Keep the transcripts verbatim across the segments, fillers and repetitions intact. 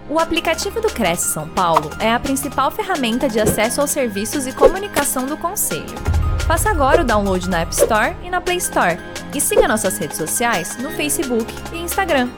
O aplicativo do Cresce São Paulo é a principal ferramenta de acesso aos serviços e comunicação do Conselho. Faça agora o download na App Store e na Play Store. E siga nossas redes sociais no Facebook e Instagram.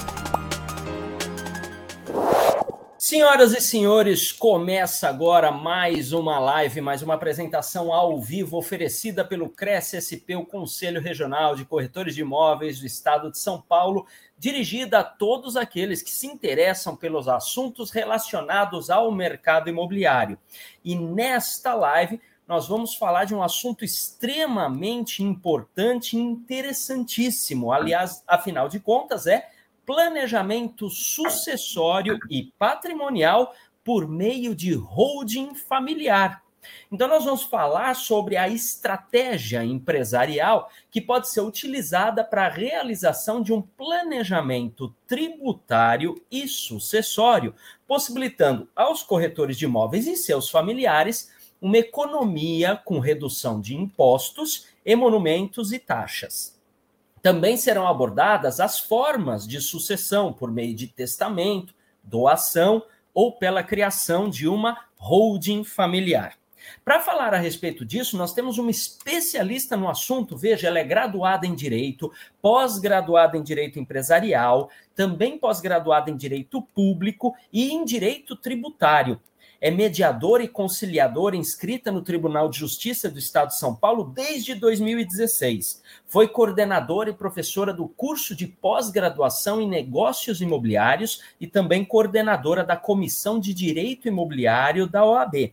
Senhoras e senhores, começa agora mais uma live, mais uma apresentação ao vivo oferecida pelo Cresce S P, o Conselho Regional de Corretores de Imóveis do Estado de São Paulo, dirigida a todos aqueles que se interessam pelos assuntos relacionados ao mercado imobiliário. E nesta live, nós vamos falar de um assunto extremamente importante e interessantíssimo. Aliás, afinal de contas, é planejamento sucessório e patrimonial por meio de holding familiar. Então, nós vamos falar sobre a estratégia empresarial que pode ser utilizada para a realização de um planejamento tributário e sucessório, possibilitando aos corretores de imóveis e seus familiares uma economia com redução de impostos, emolumentos e taxas. Também serão abordadas as formas de sucessão por meio de testamento, doação ou pela criação de uma holding familiar. Para falar a respeito disso, nós temos uma especialista no assunto. Veja, ela é graduada em Direito, pós-graduada em Direito Empresarial, também pós-graduada em Direito Público e em Direito Tributário. É mediadora e conciliadora inscrita no Tribunal de Justiça do Estado de São Paulo desde dois mil e dezesseis. Foi coordenadora e professora do curso de pós-graduação em Negócios Imobiliários e também coordenadora da Comissão de Direito Imobiliário da O A B.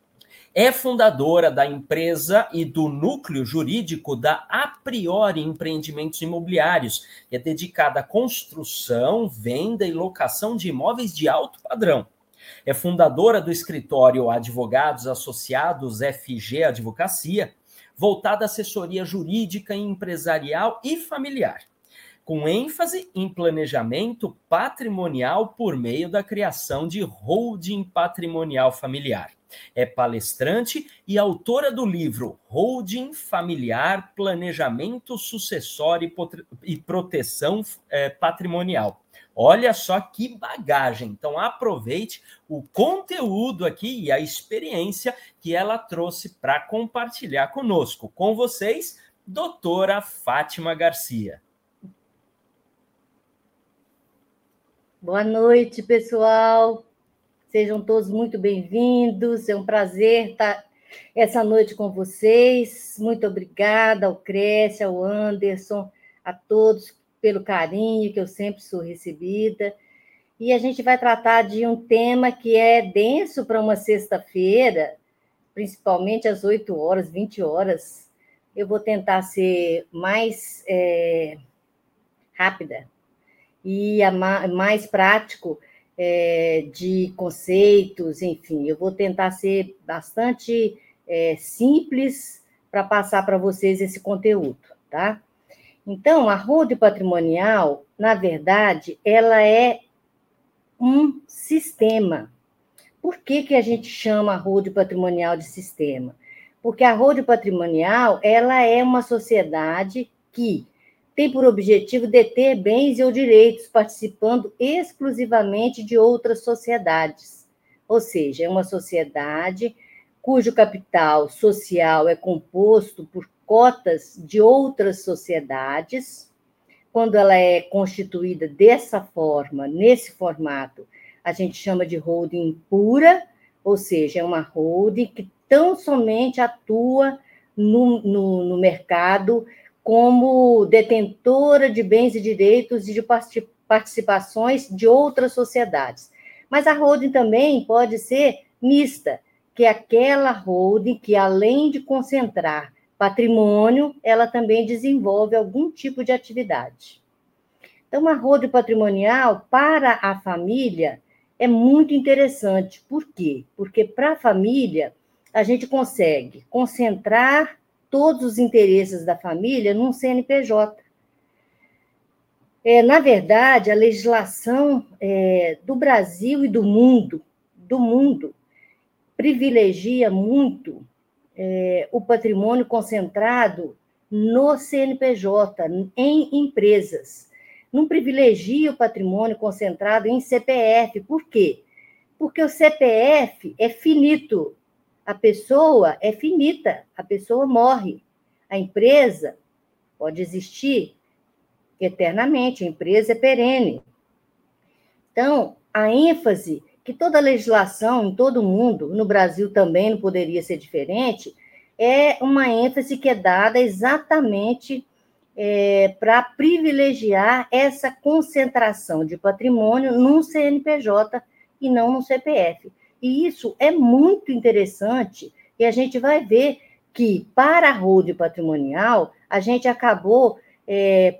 É fundadora da empresa e do núcleo jurídico da A Priori Empreendimentos Imobiliários, que é dedicada à construção, venda e locação de imóveis de alto padrão. É fundadora do escritório Advogados Associados F G Advocacia, voltada à assessoria jurídica, empresarial e familiar, com ênfase em planejamento patrimonial por meio da criação de holding patrimonial familiar. É palestrante e autora do livro Holding Familiar, Planejamento Sucessório e Proteção é, Patrimonial. Olha só que bagagem. Então aproveite o conteúdo aqui e a experiência que ela trouxe para compartilhar conosco. Com vocês, doutora Fátima Garcia. Boa noite, pessoal. Sejam todos muito bem-vindos. É um prazer estar essa noite com vocês. Muito obrigada ao Cresce, ao Anderson, a todos pelo carinho que eu sempre sou recebida. E a gente vai tratar de um tema que é denso para uma sexta-feira, principalmente às oito horas, vinte horas. Eu vou tentar ser mais é, rápida e a mais prático é, de conceitos, enfim. Eu vou tentar ser bastante é, simples para passar para vocês esse conteúdo, tá? Então, a holding patrimonial, na verdade, ela é um sistema. Por que que a gente chama a holding patrimonial de sistema? Porque a holding patrimonial, ela é uma sociedade que tem por objetivo deter bens ou direitos, participando exclusivamente de outras sociedades. Ou seja, é uma sociedade cujo capital social é composto por cotas de outras sociedades. Quando ela é constituída dessa forma, nesse formato, a gente chama de holding pura, ou seja, é uma holding que tão somente atua no, no, no mercado como detentora de bens e direitos e de participações de outras sociedades. Mas a holding também pode ser mista, que é aquela holding que, além de concentrar patrimônio, ela também desenvolve algum tipo de atividade. Então, a holding patrimonial, para a família, é muito interessante. Por quê? Porque, para a família, a gente consegue concentrar todos os interesses da família num C N P J. É, na verdade, a legislação é, do Brasil e do mundo, do mundo privilegia muito é, o patrimônio concentrado no C N P J, em empresas. não privilegia o patrimônio concentrado em C P F. Por quê? Porque o C P F é finito, a pessoa é finita, a pessoa morre. A empresa pode existir eternamente, a empresa é perene. Então, a ênfase que toda legislação em todo o mundo, no Brasil também não poderia ser diferente, é uma ênfase que é dada exatamente é, para privilegiar essa concentração de patrimônio num C N P J e não no C P F. E isso é muito interessante, e a gente vai ver que, para a holding patrimonial, a gente acabou é,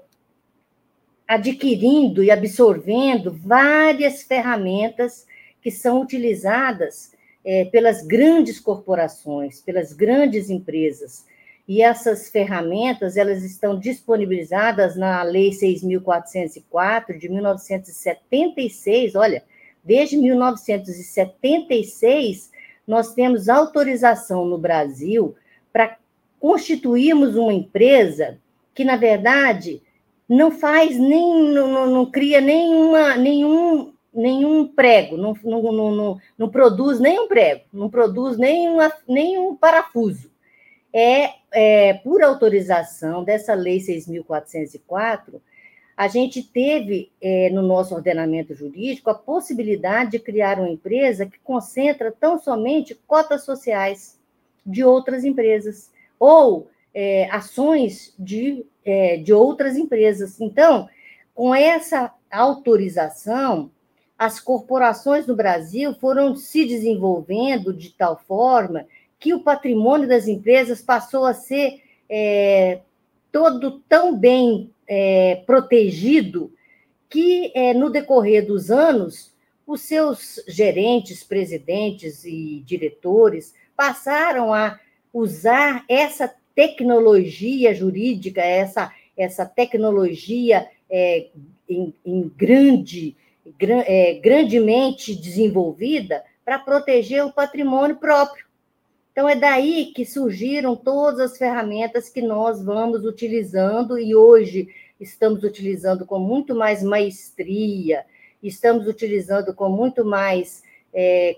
adquirindo e absorvendo várias ferramentas que são utilizadas é, pelas grandes corporações, pelas grandes empresas. E essas ferramentas, elas estão disponibilizadas na Lei seis mil quatrocentos e quatro, de mil novecentos e setenta e seis. Olha, desde mil novecentos e setenta e seis, nós temos autorização no Brasil para constituirmos uma empresa que, na verdade, não faz nem, não, não, não cria nenhuma, nenhum, nenhum prego, não, não, não, não, não produz nenhum prego, não produz nenhuma, nenhum parafuso. É, é, por autorização dessa Lei seis mil quatrocentos e quatro, a gente teve, é, no nosso ordenamento jurídico, a possibilidade de criar uma empresa que concentra tão somente cotas sociais de outras empresas, ou é, ações de, é, de outras empresas. Então, com essa autorização, as corporações no Brasil foram se desenvolvendo de tal forma que o patrimônio das empresas passou a ser é, todo tão bem é, protegido que, é, no decorrer dos anos, os seus gerentes, presidentes e diretores passaram a usar essa tecnologia jurídica, essa, essa tecnologia é, em, em grande, gran, é, grandemente desenvolvida para proteger o patrimônio próprio. Então, é daí que surgiram todas as ferramentas que nós vamos utilizando e hoje estamos utilizando com muito mais maestria, estamos utilizando com muito mais é,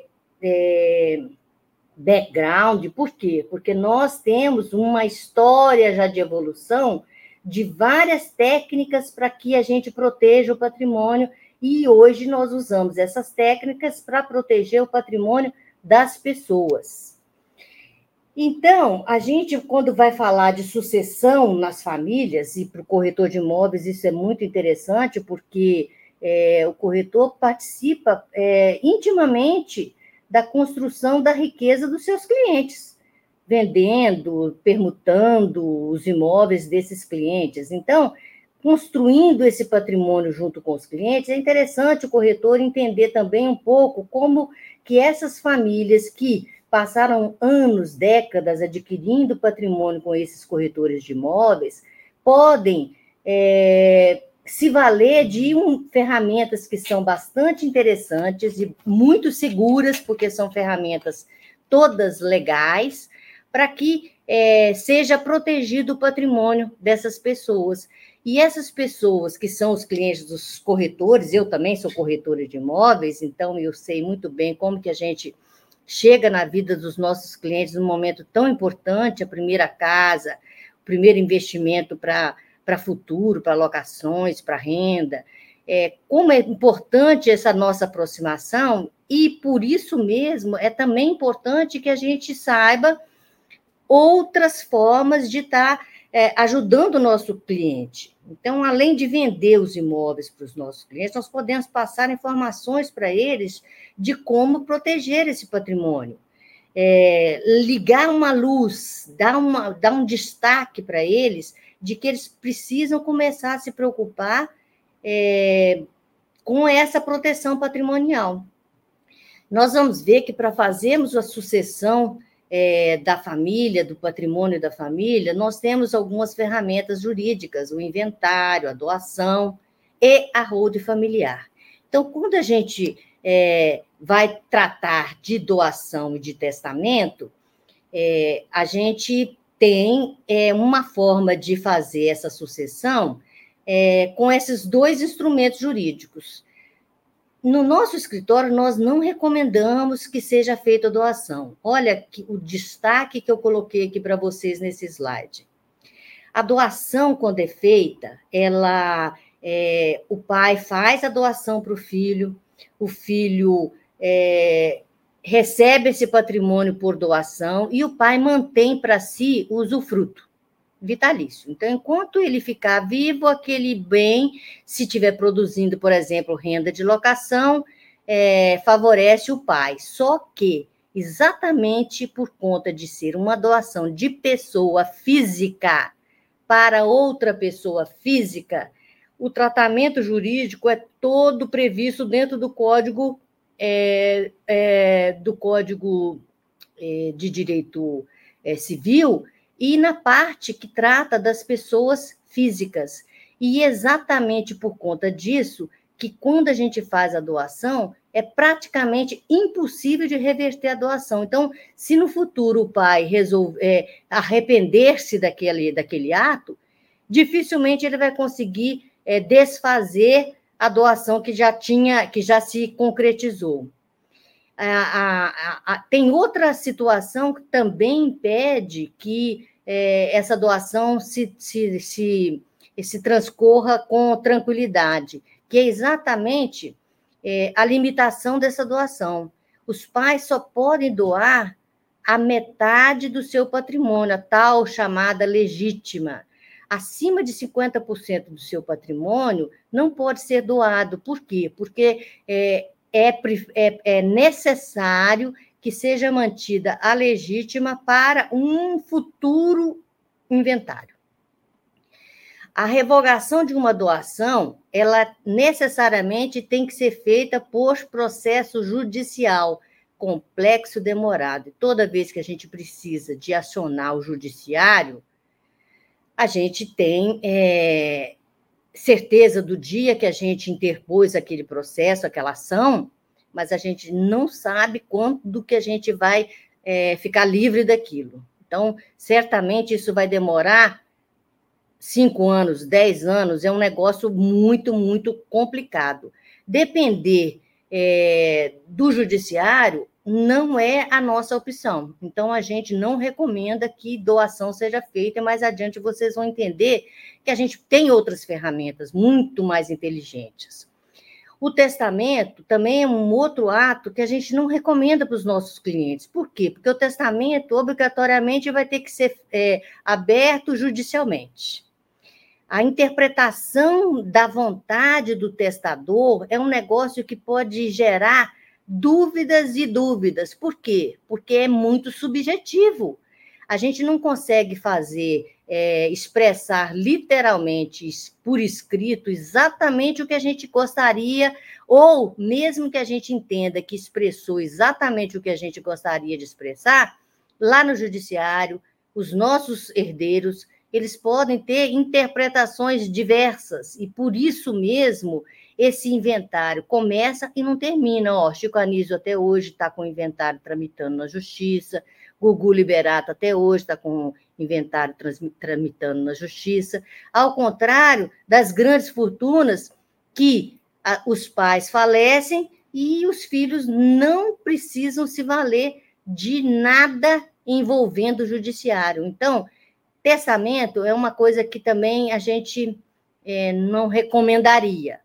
é, background. Por quê? Porque nós temos uma história já de evolução de várias técnicas para que a gente proteja o patrimônio e hoje nós usamos essas técnicas para proteger o patrimônio das pessoas. Então, a gente, quando vai falar de sucessão nas famílias, e para o corretor de imóveis isso é muito interessante, porque é, o corretor participa é, intimamente da construção da riqueza dos seus clientes, vendendo, permutando os imóveis desses clientes. Então, construindo esse patrimônio junto com os clientes, é interessante o corretor entender também um pouco como que essas famílias que passaram anos, décadas adquirindo patrimônio com esses corretores de imóveis, podem é, se valer de um, ferramentas que são bastante interessantes e muito seguras, porque são ferramentas todas legais, para que é, seja protegido o patrimônio dessas pessoas. E essas pessoas que são os clientes dos corretores, eu também sou corretora de imóveis, então eu sei muito bem como que a gente chega na vida dos nossos clientes num momento tão importante, a primeira casa, o primeiro investimento para para futuro, para locações, para renda. É, como é importante essa nossa aproximação, e por isso mesmo é também importante que a gente saiba outras formas de estar é, ajudando o nosso cliente. Então, além de vender os imóveis para os nossos clientes, nós podemos passar informações para eles de como proteger esse patrimônio. É, ligar uma luz, dar, uma, dar um destaque para eles de que eles precisam começar a se preocupar é, com essa proteção patrimonial. Nós vamos ver que para fazermos a sucessão é, da família, do patrimônio da família, nós temos algumas ferramentas jurídicas, o inventário, a doação e a holding familiar. Então, quando a gente é, vai tratar de doação e de testamento, é, a gente tem é, uma forma de fazer essa sucessão é, com esses dois instrumentos jurídicos. No nosso escritório, nós não recomendamos que seja feita a doação. Olha que, o destaque que eu coloquei aqui para vocês nesse slide. A doação, quando é feita, ela, é, o pai faz a doação para o filho, o filho é, recebe esse patrimônio por doação e o pai mantém para si o usufruto vitalício. Então, enquanto ele ficar vivo, aquele bem, se estiver produzindo, por exemplo, renda de locação, é, favorece o pai. Só que, exatamente por conta de ser uma doação de pessoa física para outra pessoa física, o tratamento jurídico é todo previsto dentro do Código, é, é, do Código é, de Direito é, Civil, e na parte que trata das pessoas físicas. E exatamente por conta disso, que quando a gente faz a doação, é praticamente impossível de reverter a doação. Então, se no futuro o pai resolver é, arrepender-se daquele, daquele ato, dificilmente ele vai conseguir é, desfazer a doação que já tinha, que já se concretizou. A, a, a, tem outra situação que também impede que é, essa doação se, se, se, se transcorra com tranquilidade, que é exatamente é, a limitação dessa doação. Os pais só podem doar a metade do seu patrimônio, a tal chamada legítima. Acima de cinquenta por cento do seu patrimônio não pode ser doado. Por quê? Porque é, É, é, é necessário que seja mantida a legítima para um futuro inventário. A revogação de uma doação, ela necessariamente tem que ser feita por processo judicial, complexo, demorado. E toda vez que a gente precisa de acionar o judiciário, a gente tem... É, certeza do dia que a gente interpôs aquele processo, aquela ação, mas a gente não sabe quando que a gente vai é, ficar livre daquilo. Então, certamente isso vai demorar cinco anos, dez anos, é um negócio muito, muito complicado. Depender é, do judiciário não é a nossa opção. Então, a gente não recomenda que doação seja feita, mais adiante vocês vão entender que a gente tem outras ferramentas muito mais inteligentes. O testamento também é um outro ato que a gente não recomenda para os nossos clientes. Por quê? Porque o testamento, obrigatoriamente, vai ter que ser é, aberto judicialmente. A interpretação da vontade do testador é um negócio que pode gerar dúvidas e dúvidas. Por quê? Porque é muito subjetivo. A gente não consegue fazer, é, expressar literalmente, por escrito, exatamente o que a gente gostaria, ou mesmo que a gente entenda que expressou exatamente o que a gente gostaria de expressar, lá no judiciário, os nossos herdeiros, eles podem ter interpretações diversas, e por isso mesmo esse inventário começa e não termina. Ó, Chico Anísio até hoje está com o inventário tramitando na justiça, Gugu Liberato até hoje está com o inventário tramitando na justiça, ao contrário das grandes fortunas que a, os pais falecem e os filhos não precisam se valer de nada envolvendo o judiciário. Então, testamento é uma coisa que também a gente é, não recomendaria.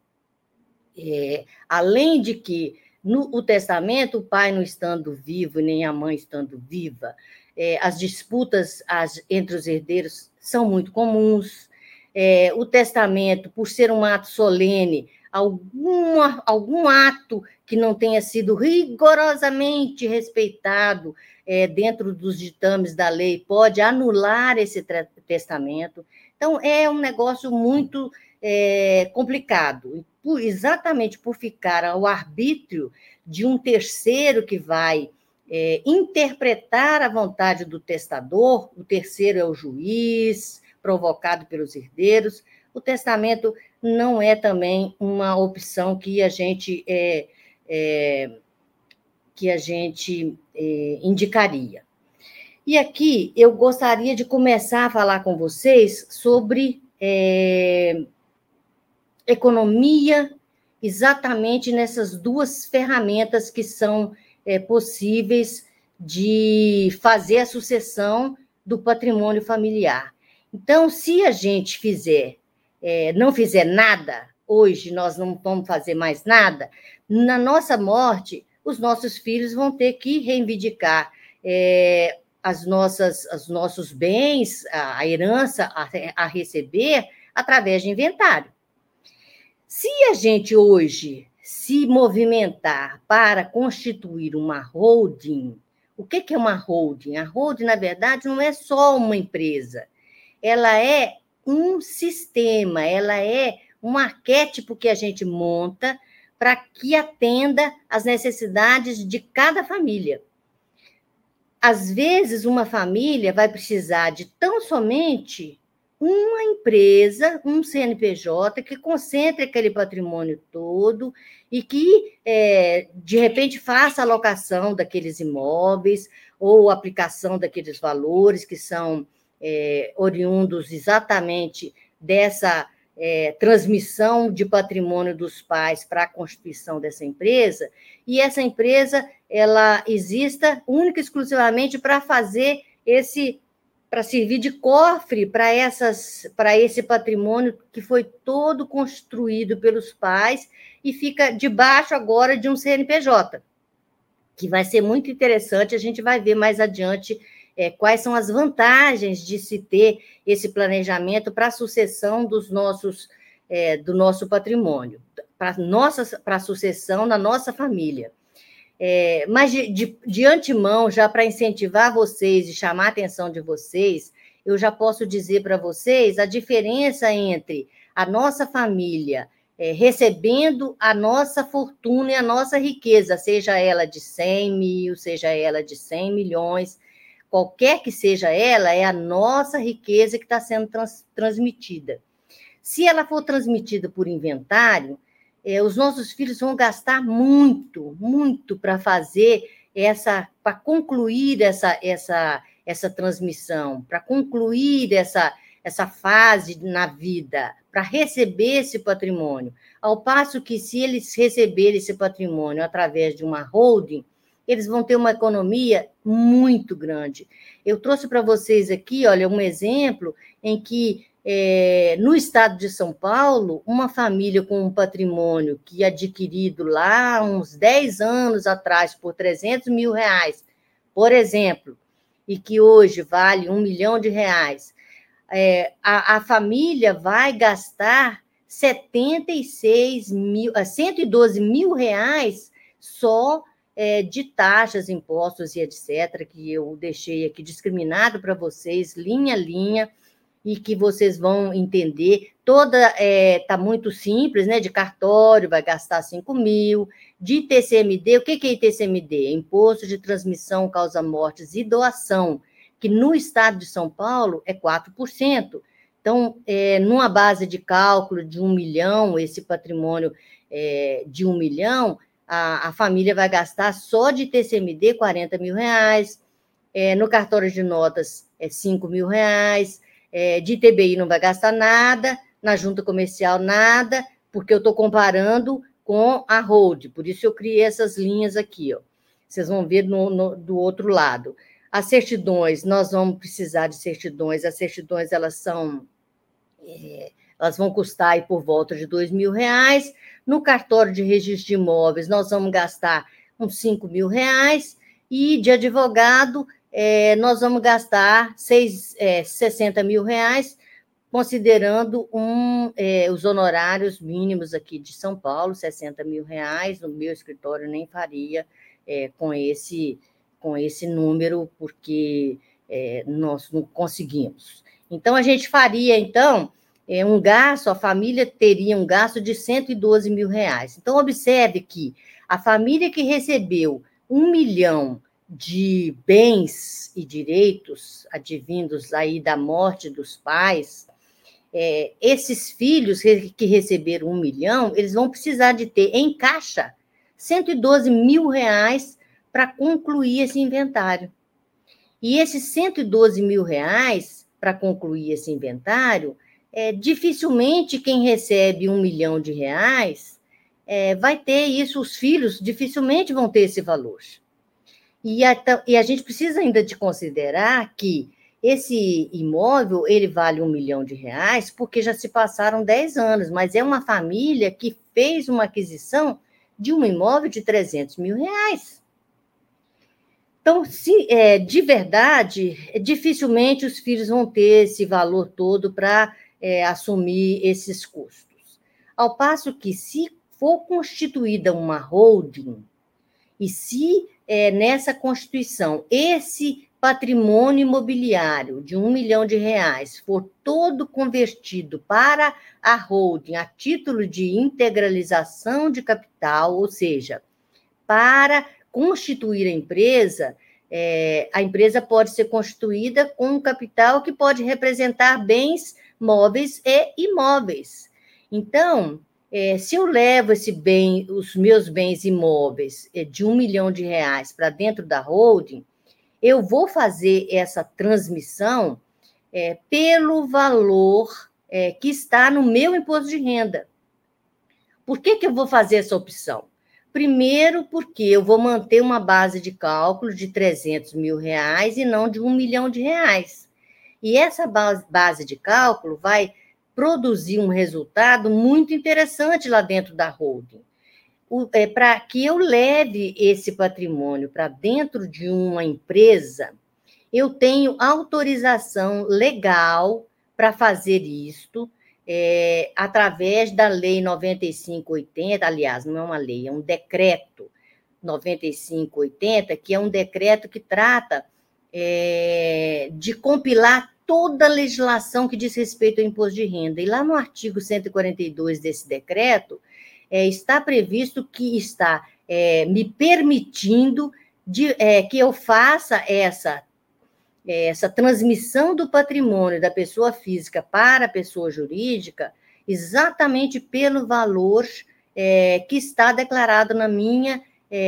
É, além de que, no o testamento, o pai não estando vivo, nem a mãe estando viva, é, as disputas as, entre os herdeiros são muito comuns. É, o testamento, por ser um ato solene, alguma, algum ato que não tenha sido rigorosamente respeitado é, dentro dos ditames da lei pode anular esse testamento. Então, é um negócio muito é, complicado. Por, exatamente por ficar ao arbítrio de um terceiro que vai é, interpretar a vontade do testador, o terceiro é o juiz, provocado pelos herdeiros, o testamento não é também uma opção que a gente, é, é, que a gente é, indicaria. E aqui eu gostaria de começar a falar com vocês sobre... É, economia exatamente nessas duas ferramentas que são é, possíveis de fazer a sucessão do patrimônio familiar. Então, se a gente fizer, é, não fizer nada, hoje nós não vamos fazer mais nada, na nossa morte, os nossos filhos vão ter que reivindicar é, as nossas, os nossos bens, a, a herança a, a receber através de inventário. Se a gente hoje se movimentar para constituir uma holding, o que é uma holding? A holding, na verdade, não é só uma empresa, ela é um sistema, ela é um arquétipo que a gente monta para que atenda às necessidades de cada família. Às vezes, uma família vai precisar de tão somente uma empresa, um C N P J, que concentre aquele patrimônio todo e que, é, de repente, faça a alocação daqueles imóveis ou aplicação daqueles valores que são é, oriundos exatamente dessa é, transmissão de patrimônio dos pais para a constituição dessa empresa, e essa empresa ela exista única e exclusivamente para fazer esse para servir de cofre para essas, para esse patrimônio que foi todo construído pelos pais e fica debaixo agora de um C N P J, que vai ser muito interessante, a gente vai ver mais adiante é, quais são as vantagens de se ter esse planejamento para a sucessão dos nossos, é, do nosso patrimônio, para nossa, para a sucessão na nossa família. É, mas, de, de, de antemão, já para incentivar vocês e chamar a atenção de vocês, eu já posso dizer para vocês a diferença entre a nossa família é, recebendo a nossa fortuna e a nossa riqueza, seja ela de cem mil, seja ela de cem milhões, qualquer que seja ela, é a nossa riqueza que está sendo trans, transmitida. Se ela for transmitida por inventário, É, os nossos filhos vão gastar muito, muito para fazer essa, para concluir essa, essa, essa transmissão, para concluir essa, essa fase na vida, para receber esse patrimônio. Ao passo que, se eles receberem esse patrimônio através de uma holding, eles vão ter uma economia muito grande. Eu trouxe para vocês aqui, olha, um exemplo em que É, no estado de São Paulo, uma família com um patrimônio que adquirido lá uns dez anos atrás por trezentos mil reais, por exemplo, e que hoje vale um milhão de reais, é, a, a família vai gastar setenta e seis mil, cento e doze mil reais só é, de taxas, impostos e etcétera, que eu deixei aqui discriminado para vocês, linha a linha, e que vocês vão entender, toda está é, tá muito simples, né? De cartório, vai gastar cinco mil, de I T C M D, o que, que é I T C M D? Imposto de Transmissão, Causa-Mortes e Doação, que no estado de São Paulo é quatro por cento. Então, é, numa base de cálculo de um milhão, esse patrimônio é, de um milhão, a, a família vai gastar só de I T C M D quarenta mil reais, é, no cartório de notas é cinco mil reais, É, de I T B I não vai gastar nada, na junta comercial nada, porque eu estou comparando com a hold, por isso eu criei essas linhas aqui, ó. Vocês vão ver no, no, do outro lado. As certidões, nós vamos precisar de certidões, as certidões elas são, é, elas vão custar aí por volta de dois mil reais, no cartório de registro de imóveis nós vamos gastar uns cinco mil reais, e de advogado, É, nós vamos gastar seis, é, sessenta mil reais, considerando um, é, os honorários mínimos aqui de São Paulo, sessenta mil reais, no meu escritório nem faria é, com, esse, com esse número, porque é, nós não conseguimos. Então, a gente faria, então, é, um gasto, a família teria um gasto de cento e doze mil reais. Então, observe que a família que recebeu um milhão de bens e direitos advindos aí da morte dos pais, é, esses filhos que receberam um milhão, eles vão precisar de ter em caixa cento e doze mil reais para concluir esse inventário. E esses cento e doze mil reais para concluir esse inventário, é, dificilmente quem recebe um milhão de reais é, vai ter isso, os filhos dificilmente vão ter esse valor. E a, e a gente precisa ainda de considerar que esse imóvel, ele vale um milhão de reais porque já se passaram dez anos, mas é uma família que fez uma aquisição de um imóvel de trezentos mil reais. Então, se, é, de verdade, dificilmente os filhos vão ter esse valor todo para é, assumir esses custos. Ao passo que, se for constituída uma holding, e se é, nessa constituição esse patrimônio imobiliário de um milhão de reais for todo convertido para a holding a título de integralização de capital, ou seja, para constituir a empresa, é, a empresa pode ser constituída com um capital que pode representar bens móveis e imóveis. Então, é, se eu levo esse bem, os meus bens imóveis é, de um milhão de reais para dentro da holding, eu vou fazer essa transmissão é, pelo valor é, que está no meu imposto de renda. Por que que eu vou fazer essa opção? Primeiro, porque eu vou manter uma base de cálculo de trezentos mil reais e não de um milhão de reais. E essa base de cálculo vai produzir um resultado muito interessante lá dentro da holding. É, para que eu leve esse patrimônio para dentro de uma empresa, eu tenho autorização legal para fazer isto, é, através da Lei noventa e cinco oitenta, aliás, não é uma lei, é um decreto noventa e cinco oitenta, que é um decreto que trata é, de compilar toda a legislação que diz respeito ao imposto de renda. E lá no artigo cento e quarenta e dois desse decreto, É, está previsto que está é, me permitindo de, é, que eu faça essa, é, essa transmissão do patrimônio da pessoa física para a pessoa jurídica exatamente pelo valor é, que está declarado na minha,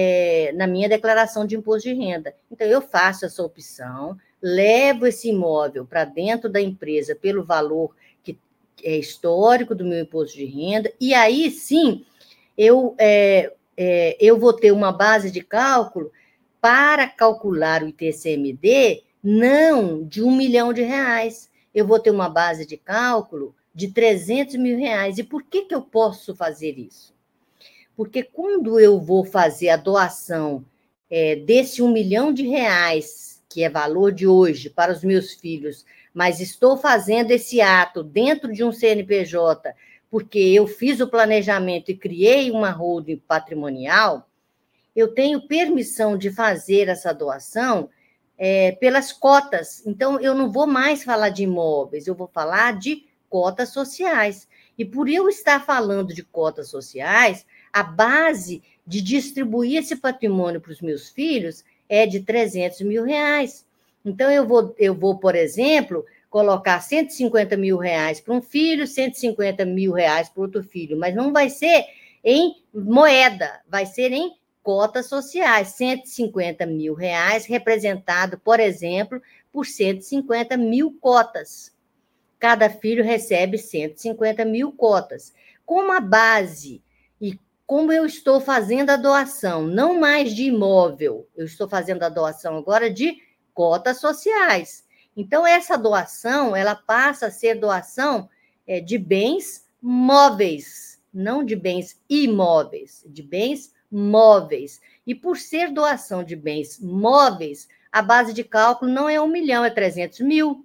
é, na minha declaração de imposto de renda. Então, eu faço essa opção, levo esse imóvel para dentro da empresa pelo valor que é histórico do meu imposto de renda, e aí sim eu, é, é, eu vou ter uma base de cálculo para calcular o I T C M D não de um milhão de reais. Eu vou ter uma base de cálculo de trezentos mil reais. E por que que eu posso fazer isso? Porque quando eu vou fazer a doação é, desse um milhão de reais, que é valor de hoje, para os meus filhos, mas estou fazendo esse ato dentro de um C N P J, porque eu fiz o planejamento e criei uma holding patrimonial, eu tenho permissão de fazer essa doação é, pelas cotas. Então, eu não vou mais falar de imóveis, eu vou falar de cotas sociais. E por eu estar falando de cotas sociais, a base de distribuir esse patrimônio para os meus filhos é de trezentos mil reais. Então, eu vou, eu vou, por exemplo, colocar cento e cinquenta mil reais para um filho, cento e cinquenta mil reais para outro filho, mas não vai ser em moeda, vai ser em cotas sociais, cento e cinquenta mil reais representado, por exemplo, por cento e cinquenta mil cotas. Cada filho recebe cento e cinquenta mil cotas. Como a base e como eu estou fazendo a doação, não mais de imóvel, eu estou fazendo a doação agora de cotas sociais. Então, essa doação, ela passa a ser doação é, de bens móveis, não de bens imóveis, de bens móveis. E por ser doação de bens móveis, a base de cálculo não é um milhão, é trezentos mil.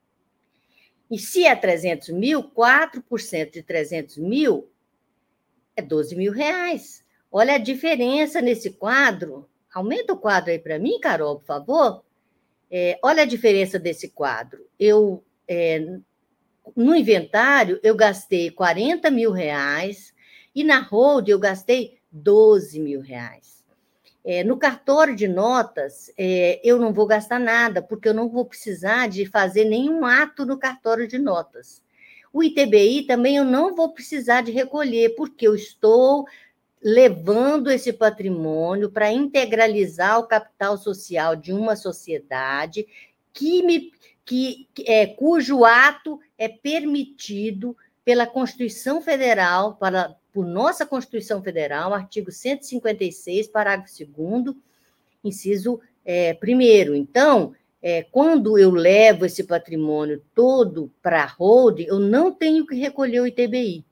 E se é trezentos mil, quatro por cento de trezentos mil é doze mil reais. Olha a diferença nesse quadro. Aumenta o quadro aí para mim, Carol, por favor. É, olha a diferença desse quadro. Eu, é, no inventário, eu gastei quarenta mil reais e na hold eu gastei doze mil reais. É, no cartório de notas, é, eu não vou gastar nada, porque eu não vou precisar de fazer nenhum ato no cartório de notas. O I T B I também eu não vou precisar de recolher, porque eu estou levando esse patrimônio para integralizar o capital social de uma sociedade que me, que, é, cujo ato é permitido pela Constituição Federal, para, por nossa Constituição Federal, artigo cento e cinquenta e seis, parágrafo segundo, inciso é, primeiro. Então, é, quando eu levo esse patrimônio todo para a holding, eu não tenho que recolher o I T B I.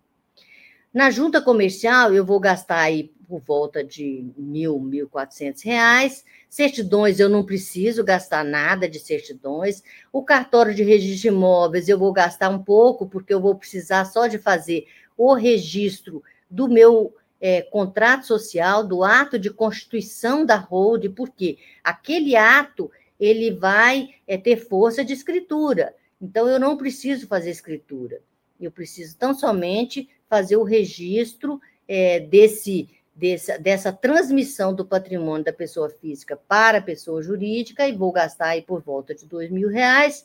Na junta comercial, eu vou gastar aí por volta de mil, mil e quatrocentos reais. Certidões, eu não preciso gastar nada de certidões. O cartório de registro de imóveis, eu vou gastar um pouco, porque eu vou precisar só de fazer o registro do meu é, contrato social, do ato de constituição da holding, porque aquele ato ele vai é, ter força de escritura. Então, eu não preciso fazer escritura. Eu preciso tão somente fazer o registro é, desse, dessa, dessa transmissão do patrimônio da pessoa física para a pessoa jurídica, e vou gastar aí por volta de dois mil reais.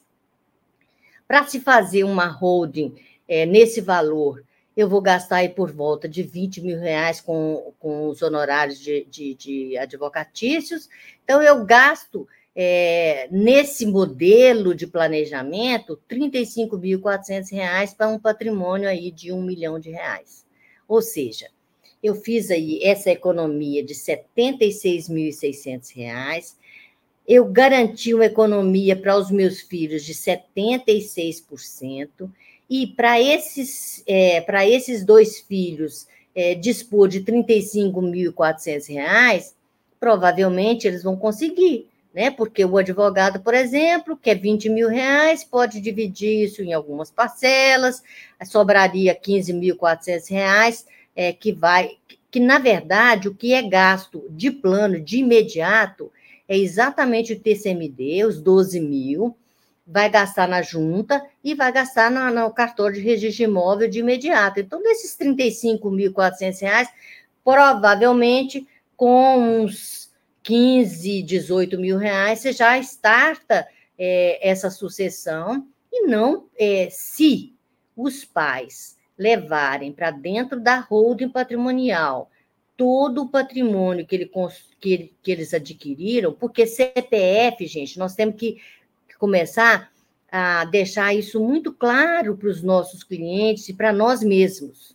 Para se fazer uma holding é, nesse valor, eu vou gastar aí por volta de vinte mil reais com, com os honorários de, de, de advocatícios. Então, eu gasto, é, nesse modelo de planejamento, trinta e cinco mil e quatrocentos reais para um patrimônio aí de um milhão de reais. Ou seja, eu fiz aí essa economia de setenta e seis mil e seiscentos reais, eu garanti uma economia para os meus filhos de setenta e seis por cento, e para esses, é, para esses dois filhos é, dispor de trinta e cinco mil e quatrocentos reais, provavelmente eles vão conseguir, né? Porque o advogado, por exemplo, quer vinte mil reais, pode dividir isso em algumas parcelas, sobraria quinze mil e quatrocentos reais, é, que vai, que na verdade o que é gasto de plano de imediato é exatamente o T C M D, os doze mil, vai gastar na junta e vai gastar no, no cartório de registro de imóvel de imediato. Então, desses trinta e cinco mil e quatrocentos reais, provavelmente, com uns quinze, dezoito mil reais, você já starta é, essa sucessão, e não é, se os pais levarem para dentro da holding patrimonial todo o patrimônio que, ele, que, que eles adquiriram, porque C P F, gente, nós temos que começar a deixar isso muito claro para os nossos clientes e para nós mesmos.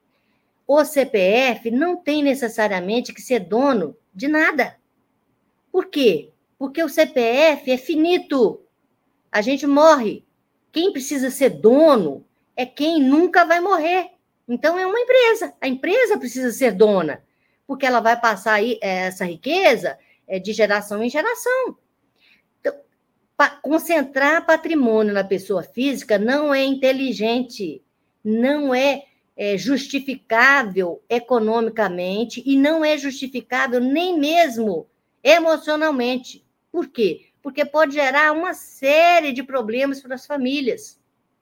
O C P F não tem necessariamente que ser dono de nada. Por quê? Porque o C P F é finito. A gente morre. Quem precisa ser dono é quem nunca vai morrer. Então, é uma empresa. A empresa precisa ser dona, porque ela vai passar aí essa riqueza de geração em geração. Então, concentrar patrimônio na pessoa física não é inteligente, não é, é justificável economicamente e não é justificável nem mesmo emocionalmente. Por quê? Porque pode gerar uma série de problemas para as famílias.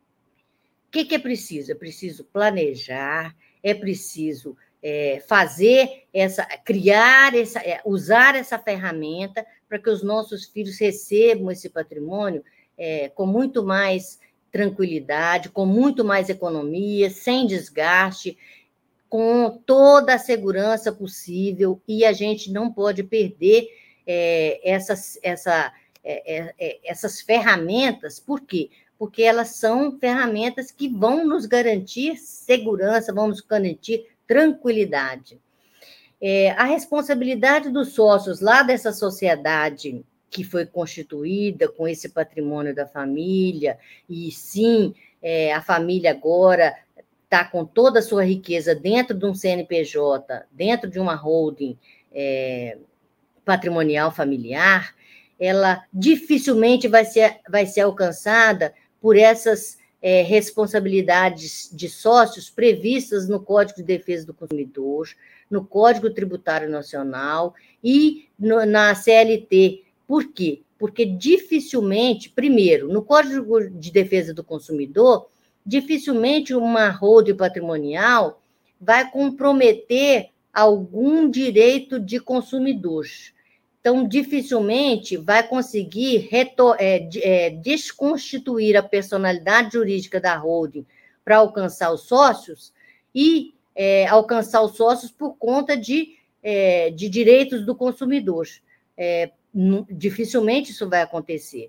O que, que é preciso? É preciso planejar, é preciso é, fazer essa, criar essa, é, usar essa ferramenta para que os nossos filhos recebam esse patrimônio é, com muito mais tranquilidade, com muito mais economia, sem desgaste, com toda a segurança possível, e a gente não pode perder é, essas, essa, é, é, essas ferramentas. Por quê? Porque elas são ferramentas que vão nos garantir segurança, vão nos garantir tranquilidade. É, a responsabilidade dos sócios lá dessa sociedade que foi constituída com esse patrimônio da família, e sim, é, a família agora está com toda a sua riqueza dentro de um C N P J, dentro de uma holding é, patrimonial familiar, ela dificilmente vai ser, vai ser alcançada por essas é, responsabilidades de sócios previstas no Código de Defesa do Consumidor, no Código Tributário Nacional e no, na C L T. Por quê? Porque dificilmente, primeiro, no Código de Defesa do Consumidor, dificilmente uma holding patrimonial vai comprometer algum direito de consumidor. Então, dificilmente vai conseguir retor- é, é, desconstituir a personalidade jurídica da holding para alcançar os sócios e é, alcançar os sócios por conta de, é, de direitos do consumidor. É, dificilmente isso vai acontecer.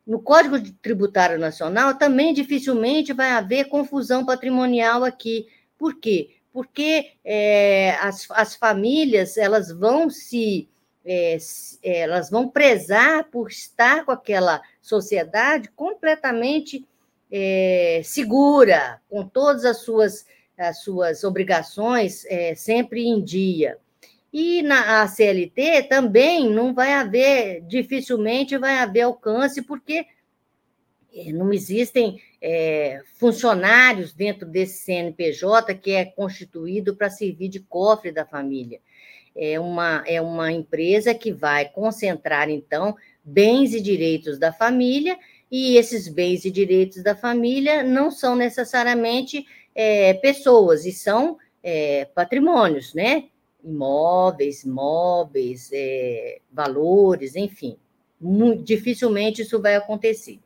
no Código Tributário Nacional também dificilmente vai haver confusão patrimonial aqui. Por quê? Porque é, as, as famílias elas vão se é, elas vão prezar por estar com aquela sociedade completamente é, segura, com todas as suas, as suas obrigações é, sempre em dia. E na a C L T também não vai haver, dificilmente vai haver alcance, porque não existem é, funcionários dentro desse C N P J que é constituído para servir de cofre da família. É uma, é uma empresa que vai concentrar, então, bens e direitos da família, e esses bens e direitos da família não são necessariamente é, pessoas, e são é, patrimônios, né? Imóveis, móveis, é, valores, enfim. Muito, dificilmente isso vai acontecer.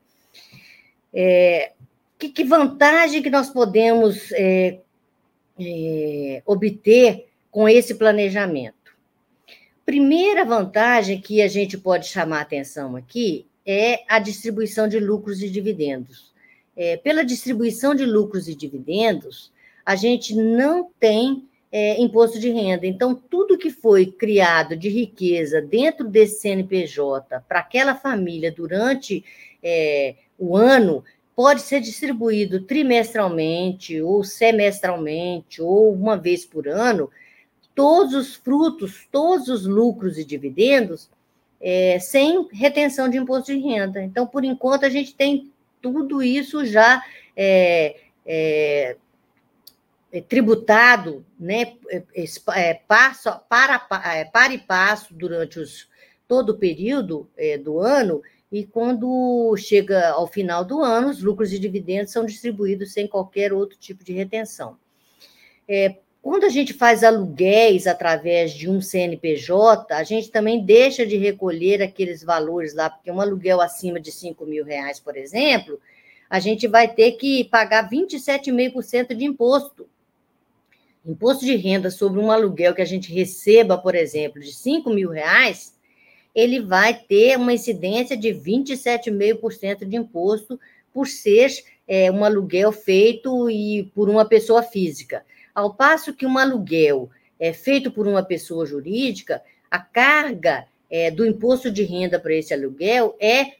É, que, que vantagem que nós podemos é, é, obter com esse planejamento? Primeira vantagem que a gente pode chamar a atenção aqui é a distribuição de lucros e dividendos. É, pela distribuição de lucros e dividendos, a gente não tem é, imposto de renda. Então, tudo que foi criado de riqueza dentro desse C N P J para aquela família durante é, o ano pode ser distribuído trimestralmente ou semestralmente ou uma vez por ano. Todos os frutos, todos os lucros e dividendos, é, sem retenção de imposto de renda. Então, por enquanto, a gente tem tudo isso já é, é, é, tributado, né, é, passo, para, para e passo durante os, todo o período é, do ano, e quando chega ao final do ano, os lucros e dividendos são distribuídos sem qualquer outro tipo de retenção. É, Quando a gente faz aluguéis através de um C N P J, a gente também deixa de recolher aqueles valores lá, porque um aluguel acima de cinco mil reais, por exemplo, a gente vai ter que pagar vinte e sete vírgula cinco por cento de imposto. Imposto de renda sobre um aluguel que a gente receba, por exemplo, de cinco mil reais, ele vai ter uma incidência de vinte e sete vírgula cinco por cento de imposto por ser é, um aluguel feito e por uma pessoa física. Ao passo que um aluguel é feito por uma pessoa jurídica, a carga é, do imposto de renda para esse aluguel é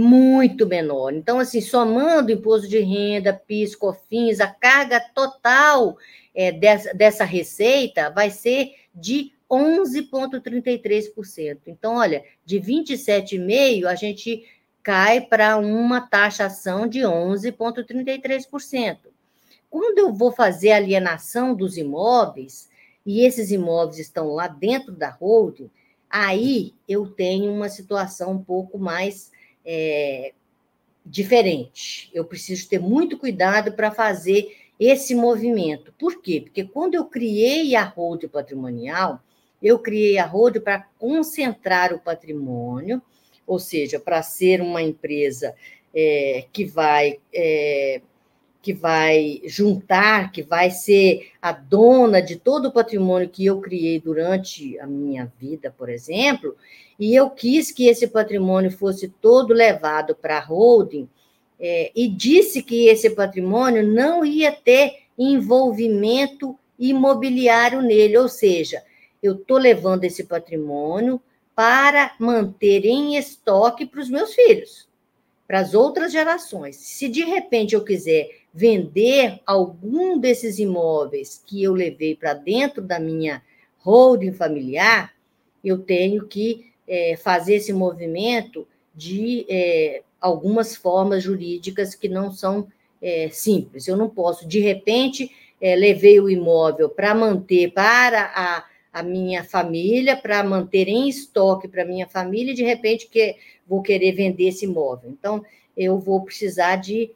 muito menor. Então, assim, somando imposto de renda, PIS, COFINS, a carga total é, dessa, dessa receita vai ser de onze vírgula trinta e três por cento. Então, olha, de vinte e sete vírgula cinco por cento, a gente cai para uma taxação de onze vírgula trinta e três por cento. Quando eu vou fazer a alienação dos imóveis, e esses imóveis estão lá dentro da holding, aí eu tenho uma situação um pouco mais é, diferente. Eu preciso ter muito cuidado para fazer esse movimento. Por quê? Porque quando eu criei a holding patrimonial, eu criei a holding para concentrar o patrimônio, ou seja, para ser uma empresa é, que vai... É, que vai juntar, que vai ser a dona de todo o patrimônio que eu criei durante a minha vida, por exemplo, e eu quis que esse patrimônio fosse todo levado para a holding, é, e disse que esse patrimônio não ia ter envolvimento imobiliário nele, ou seja, eu estou levando esse patrimônio para manter em estoque para os meus filhos, para as outras gerações. Se de repente eu quiser vender algum desses imóveis que eu levei para dentro da minha holding familiar, eu tenho que é, fazer esse movimento de é, algumas formas jurídicas que não são é, simples. Eu não posso, de repente, é, levei o imóvel para manter para a, a minha família, para manter em estoque para a minha família, e de repente que vou querer vender esse imóvel. Então, eu vou precisar de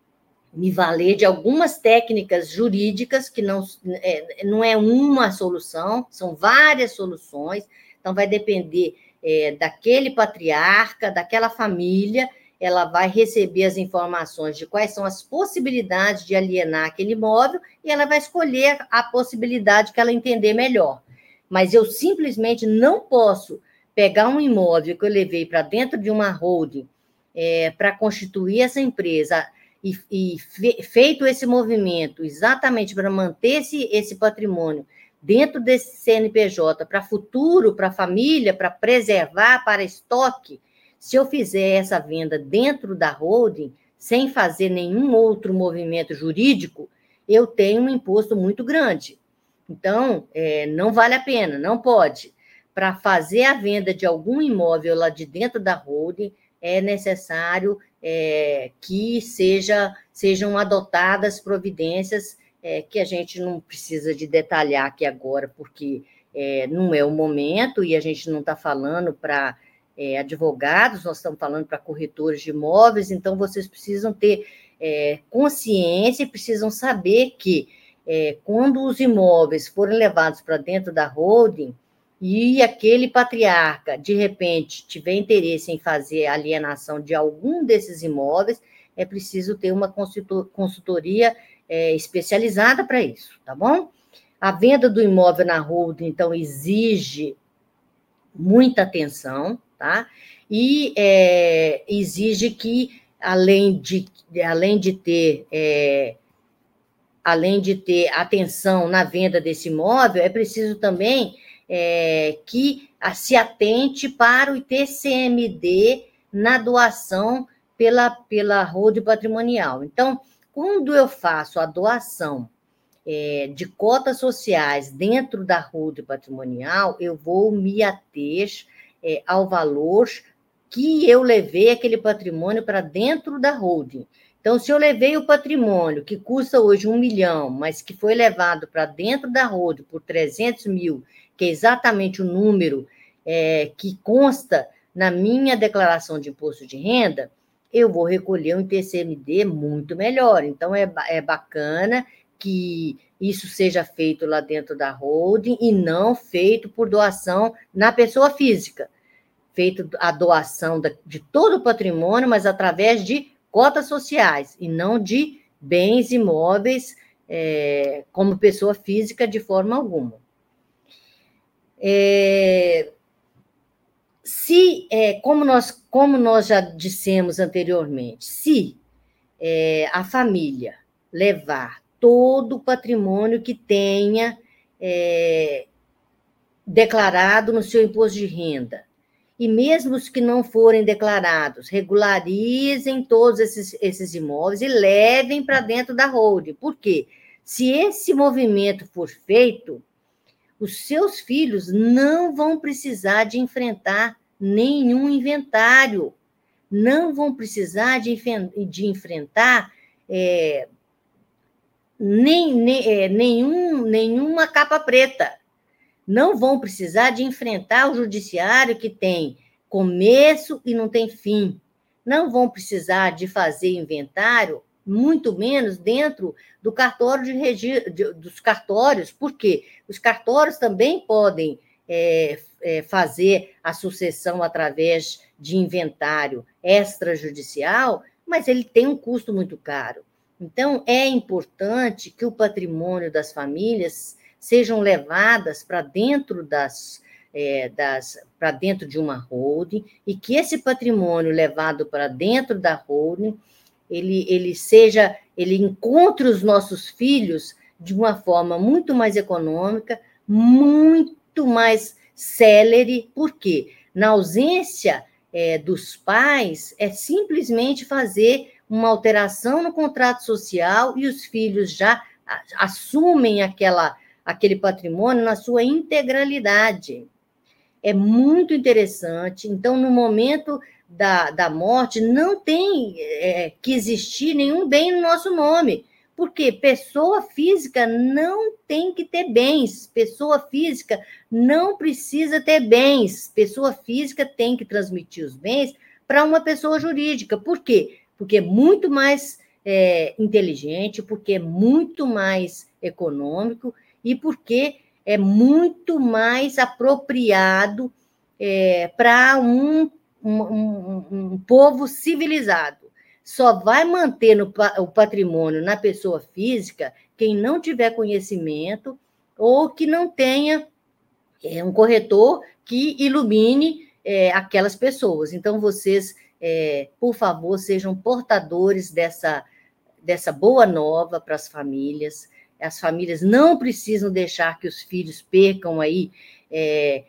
me valer de algumas técnicas jurídicas, que não é, não é uma solução, são várias soluções, então vai depender é, daquele patriarca, daquela família, ela vai receber as informações de quais são as possibilidades de alienar aquele imóvel, e ela vai escolher a possibilidade que ela entender melhor. Mas eu simplesmente não posso pegar um imóvel que eu levei para dentro de uma holding é, para constituir essa empresa e, e fe, feito esse movimento exatamente para manter esse, esse patrimônio dentro desse C N P J para futuro, para a família, para preservar, para estoque, se eu fizer essa venda dentro da holding, sem fazer nenhum outro movimento jurídico, eu tenho um imposto muito grande. Então, é, não vale a pena, não pode. Para fazer a venda de algum imóvel lá de dentro da holding, é necessário é, que seja, sejam adotadas providências é, que a gente não precisa de detalhar aqui agora, porque é, não é o momento e a gente não está falando para é, advogados, nós estamos falando para corretores de imóveis, então vocês precisam ter é, consciência e precisam saber que é, quando os imóveis forem levados para dentro da holding, e aquele patriarca, de repente, tiver interesse em fazer a alienação de algum desses imóveis, é preciso ter uma consultoria é, especializada para isso, tá bom? A venda do imóvel na holding, então, exige muita atenção, tá? E é, exige que, além de, além de ter... É, além de ter atenção na venda desse imóvel, é preciso também... É, que se atente para o T C M D na doação pela, pela holding patrimonial. Então, quando eu faço a doação é, de cotas sociais dentro da holding patrimonial, eu vou me ater é, ao valor que eu levei aquele patrimônio para dentro da holding. Então, se eu levei o patrimônio que custa hoje um milhão, mas que foi levado para dentro da holding por trezentos mil, que é exatamente o número é, que consta na minha declaração de imposto de renda, eu vou recolher um T C M D muito melhor. Então, é, é bacana que isso seja feito lá dentro da holding e não feito por doação na pessoa física. Feito a doação de todo o patrimônio, mas através de cotas sociais e não de bens imóveis é, como pessoa física de forma alguma. É, se, é, como, nós, como nós já dissemos anteriormente, se é, a família levar todo o patrimônio que tenha é, declarado no seu imposto de renda, e mesmo os que não forem declarados, regularizem todos esses, esses imóveis e levem para dentro da holding. Por quê? Se esse movimento for feito, os seus filhos não vão precisar de enfrentar nenhum inventário, não vão precisar de, de enfrentar é, nem, nem, é, nenhum, nenhuma capa preta, não vão precisar de enfrentar o judiciário que tem começo e não tem fim, não vão precisar de fazer inventário, muito menos dentro do cartório de regi- de, dos cartórios, porque os cartórios também podem é, é, fazer a sucessão através de inventário extrajudicial, mas ele tem um custo muito caro. Então, é importante que o patrimônio das famílias sejam levadas para dentro das, é, das para dentro de uma holding e que esse patrimônio levado para dentro da holding ele, ele seja, ele encontre os nossos filhos de uma forma muito mais econômica, muito mais célere, porque na ausência é, dos pais, é simplesmente fazer uma alteração no contrato social e os filhos já assumem aquela, aquele patrimônio na sua integralidade. É muito interessante. Então, no momento da, da morte, não tem é, que existir nenhum bem no nosso nome, porque pessoa física não tem que ter bens, pessoa física não precisa ter bens, pessoa física tem que transmitir os bens para uma pessoa jurídica. Por quê? Porque é muito mais é, inteligente, porque é muito mais econômico e porque é muito mais apropriado é, para um, um, um, um povo civilizado. Só vai manter no, o patrimônio na pessoa física quem não tiver conhecimento ou que não tenha é, um corretor que ilumine é, aquelas pessoas. Então, vocês é, por favor, sejam portadores dessa, dessa boa nova para as famílias. As famílias não precisam deixar que os filhos percam aí é,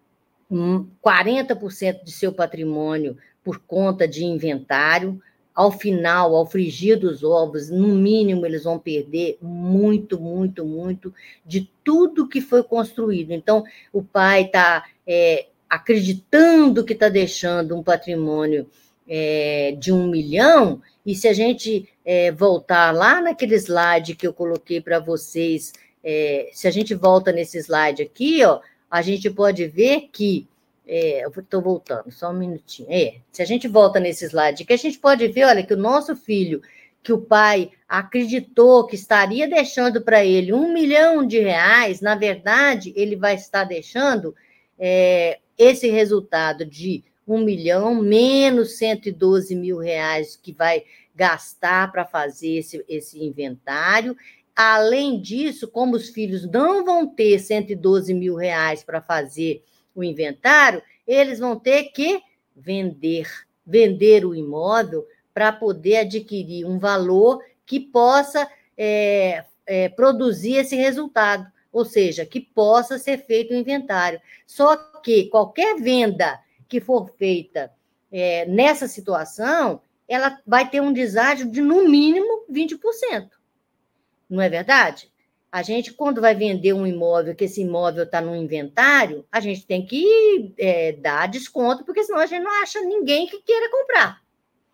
quarenta por cento de seu patrimônio por conta de inventário. Ao final, ao frigir dos ovos, no mínimo, eles vão perder muito, muito, muito de tudo que foi construído. Então, o pai está é, acreditando que está deixando um patrimônio é, de um milhão, e se a gente é, voltar lá naquele slide que eu coloquei para vocês, é, se a gente volta nesse slide aqui, ó, a gente pode ver que É, eu estou voltando, só um minutinho. É, se a gente volta nesse slide, que a gente pode ver, olha, que o nosso filho, que o pai acreditou que estaria deixando para ele um milhão de reais, na verdade, ele vai estar deixando é, esse resultado de um milhão menos cento e doze mil reais que vai gastar para fazer esse, esse inventário. Além disso, como os filhos não vão ter cento e doze mil reais para fazer o inventário, eles vão ter que vender, vender o imóvel para poder adquirir um valor que possa é, é, produzir esse resultado, ou seja, que possa ser feito o inventário. Só que qualquer venda que for feita é, nessa situação, ela vai ter um deságio de, no mínimo, vinte por cento. Não é verdade? A gente, quando vai vender um imóvel, que esse imóvel está no inventário, a gente tem que é, dar desconto, porque senão a gente não acha ninguém que queira comprar.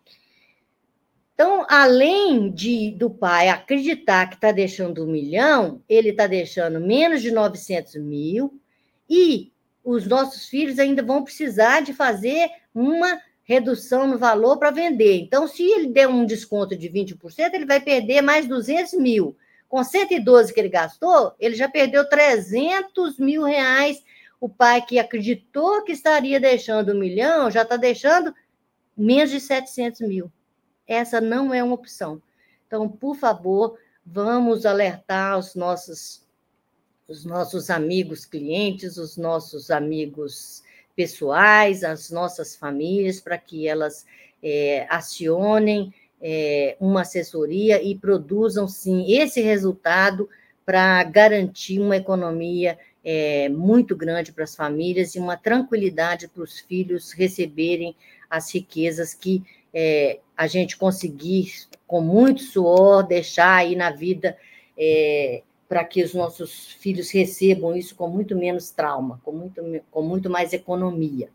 Então, além de, do pai acreditar que está deixando um milhão, ele está deixando menos de novecentos mil, e os nossos filhos ainda vão precisar de fazer uma redução no valor para vender. Então, se ele der um desconto de vinte por cento, ele vai perder mais duzentos mil. Com cento e doze que ele gastou, ele já perdeu trezentos mil reais. O pai que acreditou que estaria deixando um milhão, já está deixando menos de setecentos mil. Essa não é uma opção. Então, por favor, vamos alertar os nossos, os nossos amigos clientes, os nossos amigos pessoais, as nossas famílias, para que elas é, acionem É, uma assessoria e produzam, sim, esse resultado para garantir uma economia é, muito grande para as famílias e uma tranquilidade para os filhos receberem as riquezas que é, a gente conseguir, com muito suor, deixar aí na vida é, para que os nossos filhos recebam isso com muito menos trauma, com muito, com muito mais economia.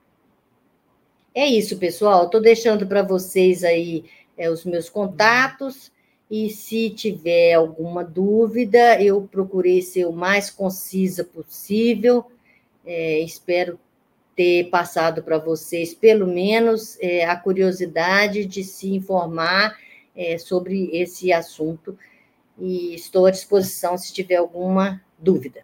É isso, pessoal. Estou deixando para vocês aí É, os meus contatos, e se tiver alguma dúvida, eu procurei ser o mais concisa possível. É, espero ter passado para vocês, pelo menos, é, a curiosidade de se informar é, sobre esse assunto, e estou à disposição se tiver alguma dúvida.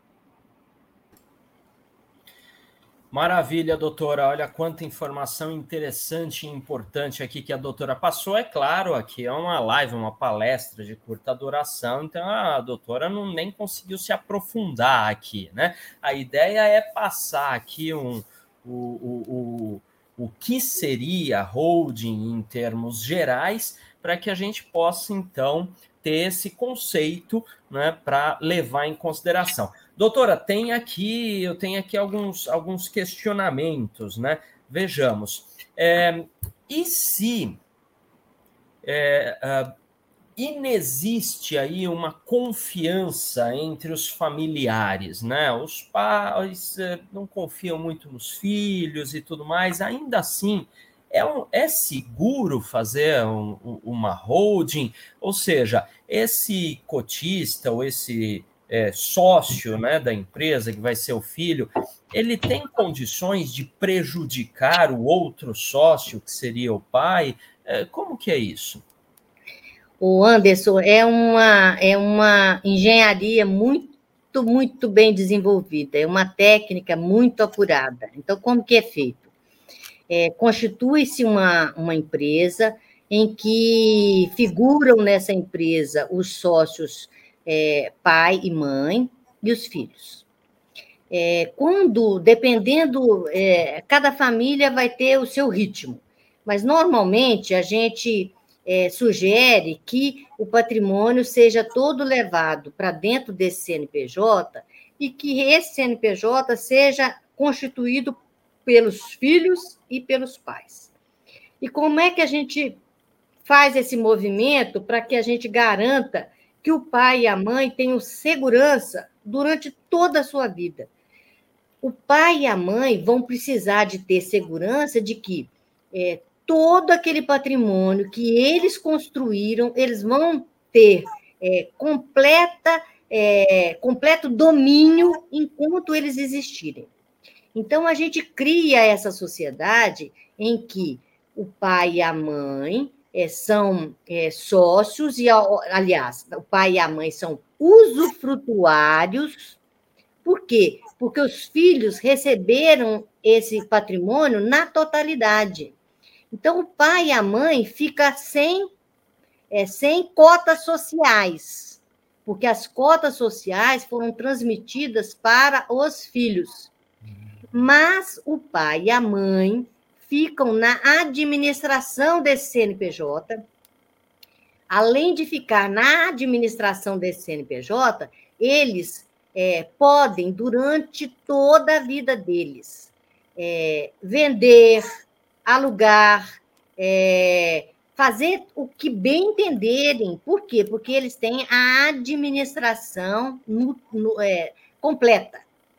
Maravilha, doutora. Olha quanta informação interessante e importante aqui que a doutora passou. É claro, aqui é uma live, uma palestra de curta duração, então a doutora não nem conseguiu se aprofundar aqui, né? A ideia é passar aqui um, o, o, o, o que seria holding em termos gerais, para que a gente possa, então, ter esse conceito, né, para levar em consideração. Doutora, tem aqui, eu tenho aqui alguns, alguns questionamentos, né? Vejamos. É, e se é, uh, inexiste aí uma confiança entre os familiares, né? Os pais uh, não confiam muito nos filhos e tudo mais, ainda assim, É, um, é seguro fazer um, uma holding? Ou seja, esse cotista ou esse é, sócio, né, da empresa, que vai ser o filho, ele tem condições de prejudicar o outro sócio, que seria o pai? É, como que é isso? O Anderson, é uma, é uma engenharia muito, muito bem desenvolvida, é uma técnica muito apurada. Então, como que é feito? É, constitui-se uma, uma empresa em que figuram nessa empresa os sócios é, pai e mãe e os filhos. É, quando, dependendo, é, cada família vai ter o seu ritmo. mas normalmente a gente é, sugere que o patrimônio seja todo levado para dentro desse C N P J e que esse C N P J seja constituído pelos filhos e pelos pais. E como é que a gente faz esse movimento para que a gente garanta que o pai e a mãe tenham segurança durante toda a sua vida? O pai e a mãe vão precisar de ter segurança de que é, todo aquele patrimônio que eles construíram, eles vão ter é, completa, é, completo domínio enquanto eles existirem. Então, a gente cria essa sociedade em que o pai e a mãe é, são é, sócios, e, aliás, o pai e a mãe são usufrutuários. Por quê? Porque os filhos receberam esse patrimônio na totalidade. Então, o pai e a mãe ficam sem, é, sem cotas sociais, porque as cotas sociais foram transmitidas para os filhos. Mas o pai e a mãe ficam na administração desse C N P J. Além de ficar na administração desse C N P J, eles é, podem, durante toda a vida deles, é, vender, alugar, é, fazer o que bem entenderem. Por quê? Porque eles têm a administração no, no, é, completa.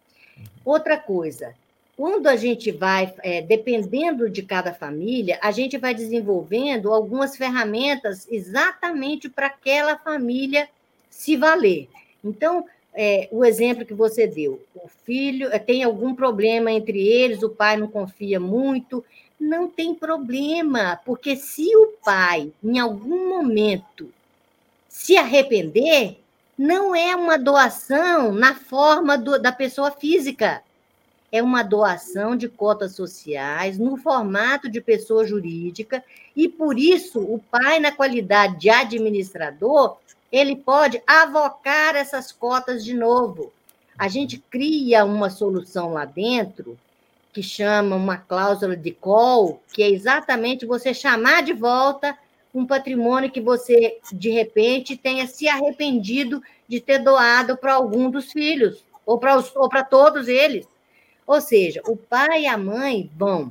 Outra coisa, quando a gente vai, é, dependendo de cada família, a gente vai desenvolvendo algumas ferramentas exatamente para aquela família se valer. Então, é, o exemplo que você deu, o filho tem algum problema entre eles, o pai não confia muito, não tem problema, porque se o pai, em algum momento, se arrepender, não é uma doação na forma do, da pessoa física, é uma doação de cotas sociais no formato de pessoa jurídica, e por isso o pai, na qualidade de administrador, ele pode avocar essas cotas de novo. A gente cria uma solução lá dentro, que chama uma cláusula de call, que é exatamente você chamar de volta um patrimônio que você, de repente, tenha se arrependido de ter doado para algum dos filhos, ou para os, ou para todos eles. Ou seja, o pai e a mãe vão,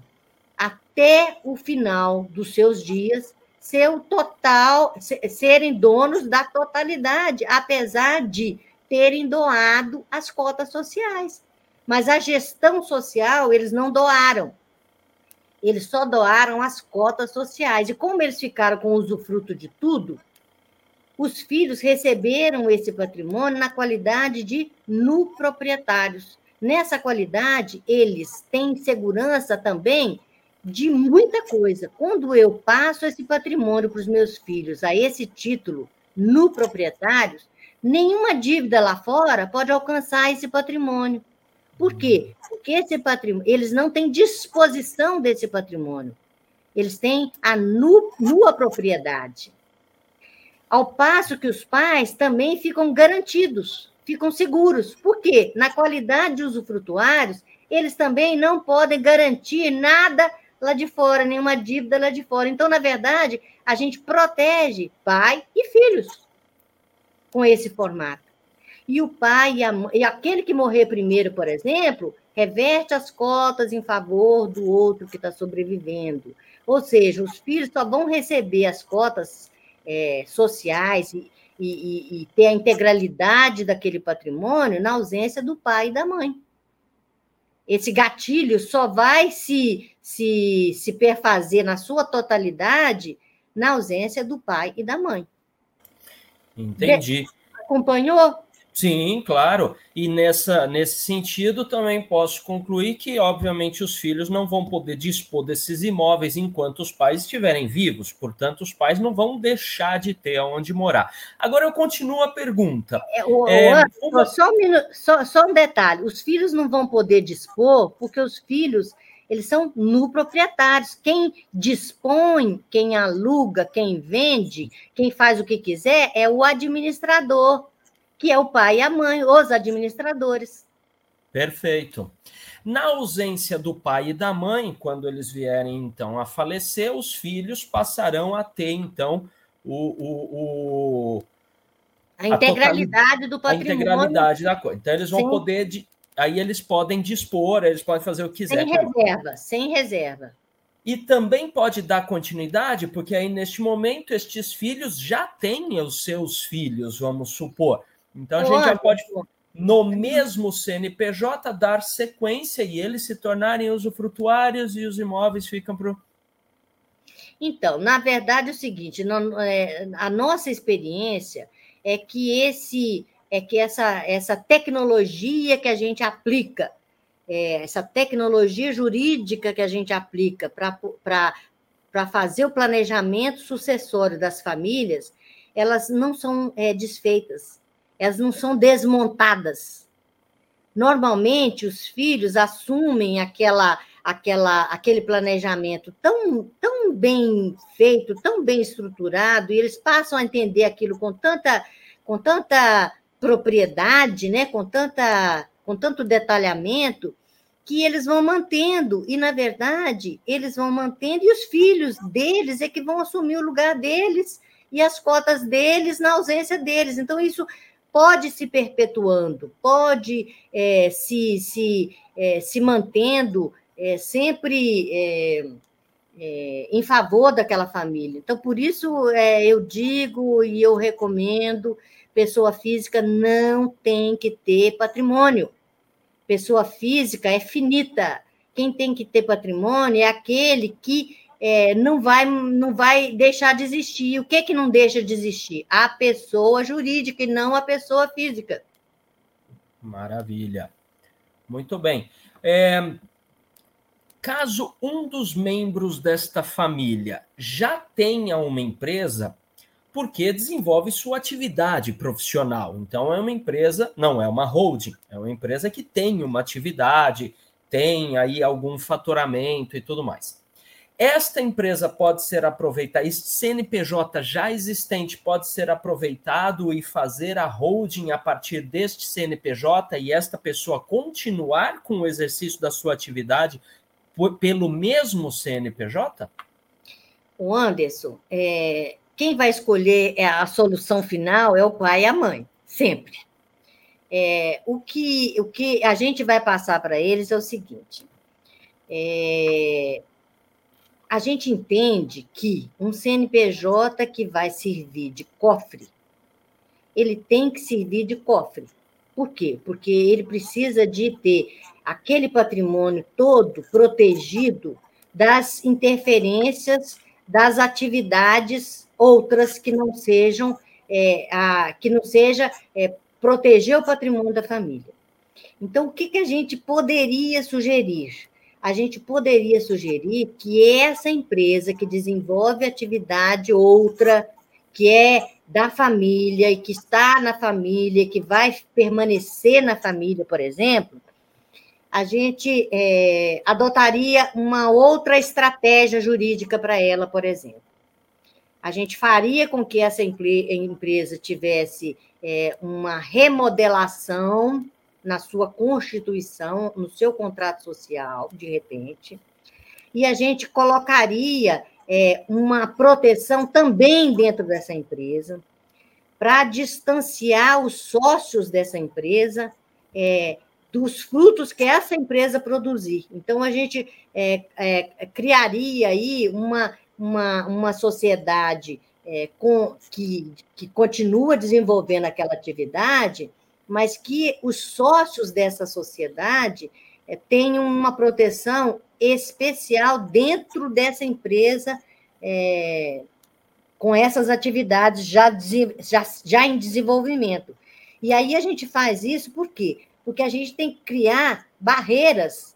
até o final dos seus dias, ser o total, serem donos da totalidade, apesar de terem doado as cotas sociais. Mas a gestão social, eles não doaram. Eles só doaram as cotas sociais. E como eles ficaram com o usufruto de tudo, os filhos receberam esse patrimônio na qualidade de nuproprietários. Nessa qualidade, eles têm segurança também de muita coisa. Quando eu passo esse patrimônio para os meus filhos a esse título nuproprietários, nenhuma dívida lá fora pode alcançar esse patrimônio. Por quê? Porque esse patrimônio, eles não têm disposição desse patrimônio. Eles têm a nu, nua propriedade. Ao passo que os pais também ficam garantidos, ficam seguros. Por quê? Na qualidade de usufrutuários, eles também não podem garantir nada lá de fora, nenhuma dívida lá de fora. Então, na verdade, a gente protege pai e filhos com esse formato. E o pai e, a, e aquele que morrer primeiro, por exemplo, reverte as cotas em favor do outro que está sobrevivendo. Ou seja, os filhos só vão receber as cotas é, sociais e, e, e ter a integralidade daquele patrimônio na ausência do pai e da mãe. Esse gatilho só vai se, se, se perfazer na sua totalidade na ausência do pai e da mãe. Entendi. Acompanhou? Sim, claro. E nessa, nesse sentido, também posso concluir que, obviamente, os filhos não vão poder dispor desses imóveis enquanto os pais estiverem vivos. Portanto, os pais não vão deixar de ter onde morar. Agora, eu continuo a pergunta. É, o, é, o, uma... só, um minuto, só, só um detalhe. Os filhos não vão poder dispor porque os filhos eles são nuproprietários. Quem dispõe, quem aluga, quem vende, quem faz o que quiser é o administrador, que é o pai e a mãe, os administradores. Perfeito. Na ausência do pai e da mãe, quando eles vierem, então, a falecer, os filhos passarão a ter, então, o, o, o, a integralidade do a patrimônio. integralidade da coisa. Então, eles vão sem, poder... De, aí eles podem dispor, eles podem fazer o que quiser. Sem reserva, sem reserva. E também pode dar continuidade, porque aí, neste momento, estes filhos já têm os seus filhos, vamos supor. Então, a gente já pode, no mesmo C N P J, dar sequência e eles se tornarem usufrutuários e os imóveis ficam para o... Então, na verdade, é o seguinte, a nossa experiência é que, esse, é que essa, essa tecnologia que a gente aplica, é, essa tecnologia jurídica que a gente aplica para fazer o planejamento sucessório das famílias, elas não são é, desfeitas, elas não são desmontadas. Normalmente, os filhos assumem aquela, aquela, aquele planejamento tão, tão bem feito, tão bem estruturado, e eles passam a entender aquilo com tanta, com tanta propriedade, né? com, tanta, com tanto detalhamento, que eles vão mantendo, e, na verdade, eles vão mantendo, e os filhos deles é que vão assumir o lugar deles e as cotas deles na ausência deles. Então, isso pode se perpetuando, pode é, se, se, é, se mantendo é, sempre é, é, em favor daquela família. Então, por isso, é, eu digo e eu recomendo, pessoa física não tem que ter patrimônio. Pessoa física é finita. Quem tem que ter patrimônio é aquele que é, não, vai, não vai deixar de existir. O que é que não deixa de existir? A pessoa jurídica e não a pessoa física. Maravilha. Muito bem. É, caso um dos membros desta família já tenha uma empresa, porque desenvolve sua atividade profissional. Então, é uma empresa, não é uma holding, é uma empresa que tem uma atividade, tem aí algum faturamento e tudo mais. Esta empresa pode ser aproveitada, esse C N P J já existente pode ser aproveitado e fazer a holding a partir deste C N P J e esta pessoa continuar com o exercício da sua atividade por, pelo mesmo C N P J? O Anderson, é... quem vai escolher a solução final é o pai e a mãe, sempre. É, o, que, o que a gente vai passar para eles é o seguinte, é, a gente entende que um C N P J que vai servir de cofre, ele tem que servir de cofre. Por quê? Porque ele precisa de ter aquele patrimônio todo protegido das interferências das atividades outras que não sejam, é, a, que não seja é, proteger o patrimônio da família. Então, o que, que a gente poderia sugerir? A gente poderia sugerir que essa empresa que desenvolve atividade outra, que é da família e que está na família, que vai permanecer na família, por exemplo, a gente é, adotaria uma outra estratégia jurídica para ela, por exemplo. A gente faria com que essa empresa tivesse é, uma remodelação na sua constituição, no seu contrato social, de repente, e a gente colocaria é, uma proteção também dentro dessa empresa para distanciar os sócios dessa empresa é, dos frutos que essa empresa produzir. Então, a gente é, é, criaria aí uma, uma, uma sociedade é, com, que, que continua desenvolvendo aquela atividade, mas que os sócios dessa sociedade é, tenham uma proteção especial dentro dessa empresa é, com essas atividades já, já, já em desenvolvimento. E aí a gente faz isso por quê? Porque a gente tem que criar barreiras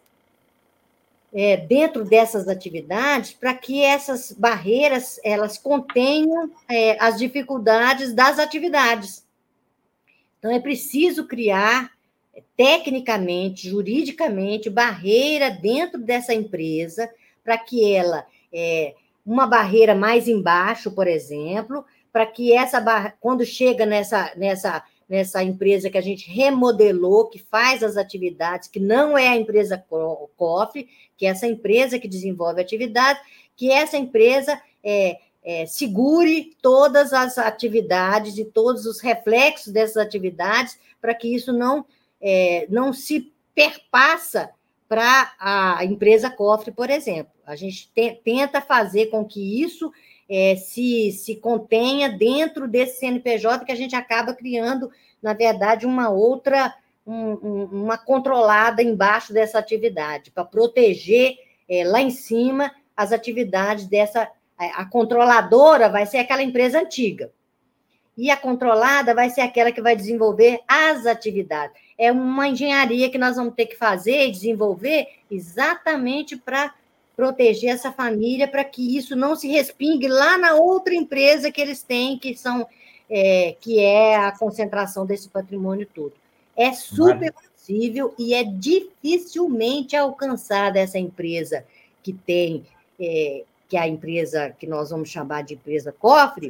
é, dentro dessas atividades para que essas barreiras elas contenham é, as dificuldades das atividades. Então, é preciso criar, tecnicamente, juridicamente, barreira dentro dessa empresa para que ela, é, uma barreira mais embaixo, por exemplo, para que essa barra, quando chega nessa, nessa nessa empresa que a gente remodelou, que faz as atividades, que não é a empresa cofre, que é essa empresa que desenvolve atividades, que essa empresa é, é, segure todas as atividades e todos os reflexos dessas atividades, para que isso não, é, não se perpassa para a empresa cofre, por exemplo. A gente te, tenta fazer com que isso é, se, se contenha dentro desse C N P J, que a gente acaba criando, na verdade, uma outra, um, um, uma controlada embaixo dessa atividade, para proteger é, lá em cima as atividades dessa... A controladora vai ser aquela empresa antiga, e a controlada vai ser aquela que vai desenvolver as atividades. É uma engenharia que nós vamos ter que fazer e desenvolver exatamente para proteger essa família, para que isso não se respingue lá na outra empresa que eles têm, que, são, é, que é a concentração desse patrimônio todo. É super possível e é dificilmente alcançada essa empresa que tem, é, que é a empresa que nós vamos chamar de empresa cofre,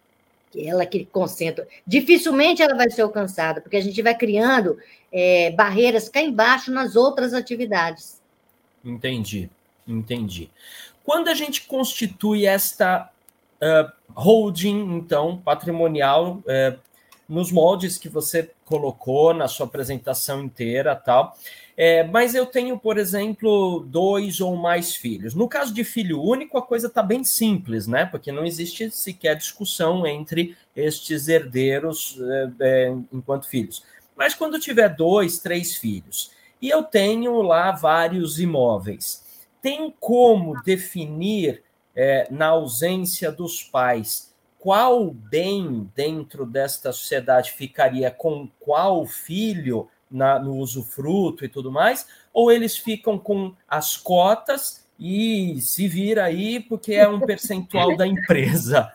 ela que concentra, dificilmente ela vai ser alcançada, porque a gente vai criando é, barreiras cá embaixo nas outras atividades. Entendi, entendi. Quando a gente constitui esta uh, holding, então, patrimonial, uh, nos moldes que você colocou na sua apresentação inteira, tal, é, mas eu tenho, por exemplo, dois ou mais filhos. No caso de filho único, a coisa está bem simples, né? Porque não existe sequer discussão entre estes herdeiros é, é, enquanto filhos. Mas quando tiver dois, três filhos, e eu tenho lá vários imóveis, tem como definir, é, na ausência dos pais, qual bem dentro desta sociedade ficaria com qual filho na, no usufruto e tudo mais, ou eles ficam com as cotas e se vira aí porque é um percentual da empresa?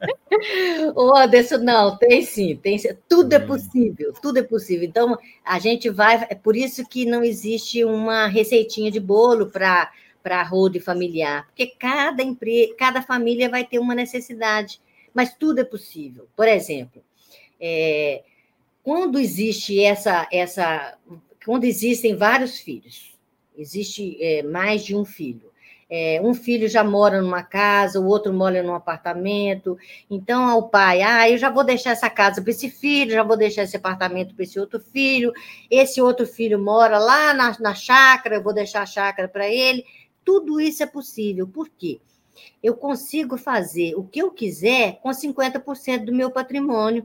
Ô, Anderson, não, tem sim, tem sim. Tudo é possível, tudo é possível. Então, a gente vai... É por isso que não existe uma receitinha de bolo para para holding familiar, porque cada, empre... cada família vai ter uma necessidade, mas tudo é possível. Por exemplo, é... quando existe essa, essa... Quando existem vários filhos, existe é, mais de um filho, É, um filho já mora numa casa, o outro mora num apartamento, então o pai, ah, eu já vou deixar essa casa para esse filho, já vou deixar esse apartamento para esse outro filho, esse outro filho mora lá na, na chácara, eu vou deixar a chácara para ele. Tudo isso é possível, por quê? Eu consigo fazer o que eu quiser com cinquenta por cento do meu patrimônio,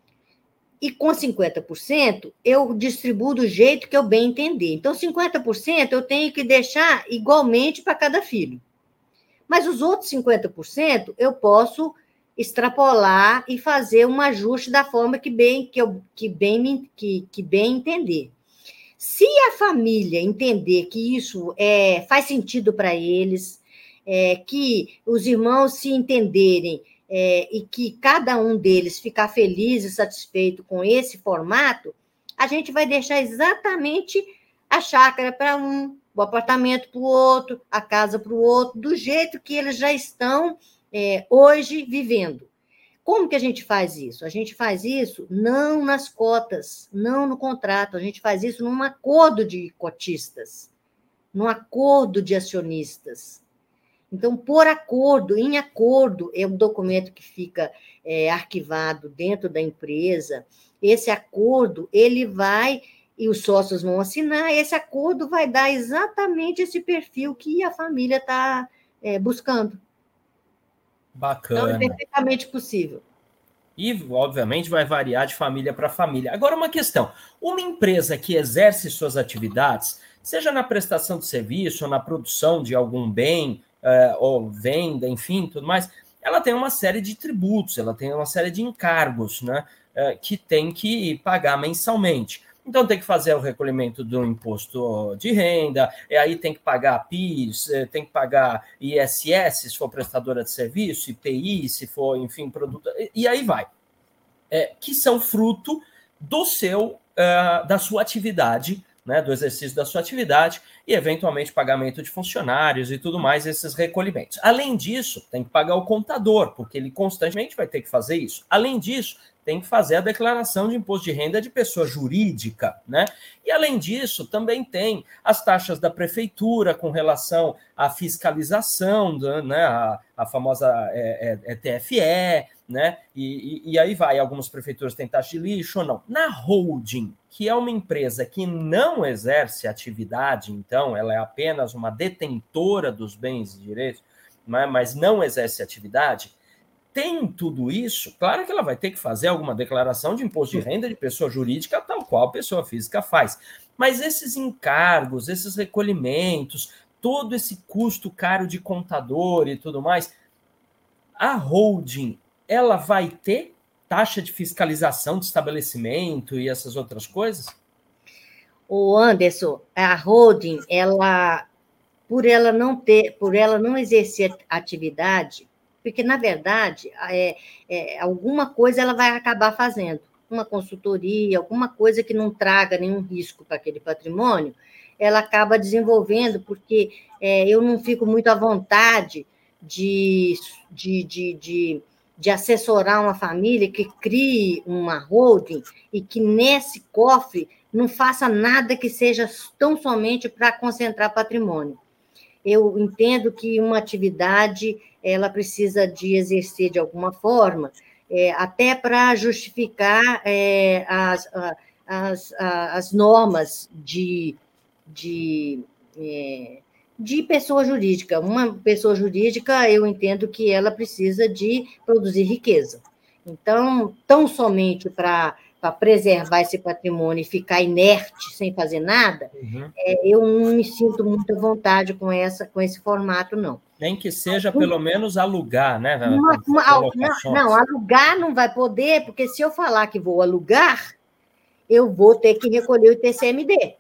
e com cinquenta por cento eu distribuo do jeito que eu bem entender. Então, cinquenta por cento eu tenho que deixar igualmente para cada filho. Mas os outros cinquenta por cento eu posso extrapolar e fazer um ajuste da forma que bem, que eu, que bem, que, que bem entender. Se a família entender que isso é, faz sentido para eles, é, que os irmãos se entenderem, É, e que cada um deles ficar feliz e satisfeito com esse formato, a gente vai deixar exatamente a chácara para um, o apartamento para o outro, a casa para o outro, do jeito que eles já estão é, hoje vivendo. Como que a gente faz isso? A gente faz isso não nas cotas, não no contrato, a gente faz isso num acordo de cotistas, num acordo de acionistas. Então, por acordo, em acordo, é um documento que fica é, arquivado dentro da empresa. Esse acordo, ele vai, e os sócios vão assinar, esse acordo vai dar exatamente esse perfil que a família está é, buscando. Bacana. Então, é perfeitamente possível. E, obviamente, vai variar de família para família. Agora, uma questão. Uma empresa que exerce suas atividades, seja na prestação de serviço, ou na produção de algum bem, Uh, ou venda, enfim, tudo mais, ela tem uma série de tributos, ela tem uma série de encargos, né, uh, que tem que pagar mensalmente. Então, tem que fazer o recolhimento do imposto de renda, e aí tem que pagar PIS, tem que pagar I S S, se for prestadora de serviço, I P I, se for, enfim, produto, e aí vai. É, que são fruto do seu, uh, da sua atividade, né, do exercício da sua atividade e, eventualmente, pagamento de funcionários e tudo mais, esses recolhimentos. Além disso, tem que pagar o contador, porque ele constantemente vai ter que fazer isso. Além disso, tem que fazer a declaração de imposto de renda de pessoa jurídica, né? E, além disso, também tem as taxas da prefeitura com relação à fiscalização, né? a, a famosa é, é, é T F E, né? E, e, e aí vai, algumas prefeituras têm taxa de lixo ou não. Na holding, que é uma empresa que não exerce atividade, então, ela é apenas uma detentora dos bens e direitos, né? Mas não exerce atividade, tem tudo isso, claro que ela vai ter que fazer alguma declaração de imposto de renda de pessoa jurídica, tal qual a pessoa física faz. Mas esses encargos, esses recolhimentos, todo esse custo caro de contador e tudo mais, a holding, ela vai ter taxa de fiscalização de estabelecimento e essas outras coisas? O Anderson, a holding, ela, por ela não ter, por ela não exercer atividade, porque, na verdade, é, é, alguma coisa ela vai acabar fazendo, uma consultoria, alguma coisa que não traga nenhum risco para aquele patrimônio, ela acaba desenvolvendo, porque é, eu não fico muito à vontade de, de, de, de, de assessorar uma família que crie uma holding e que, nesse cofre, não faça nada que seja tão somente para concentrar patrimônio. Eu entendo que uma atividade ela precisa de exercer de alguma forma, é, até para justificar é, as, as, as normas de, de, é, de pessoa jurídica. Uma pessoa jurídica, eu entendo que ela precisa de produzir riqueza. Então, tão somente para para preservar esse patrimônio e ficar inerte, sem fazer nada, uhum. é, eu não me sinto muito à vontade com, essa, com esse formato, não. Nem que seja, pelo menos, alugar, né? Uma, uma, não, não, alugar não vai poder, porque se eu falar que vou alugar, eu vou ter que recolher o I T C M D.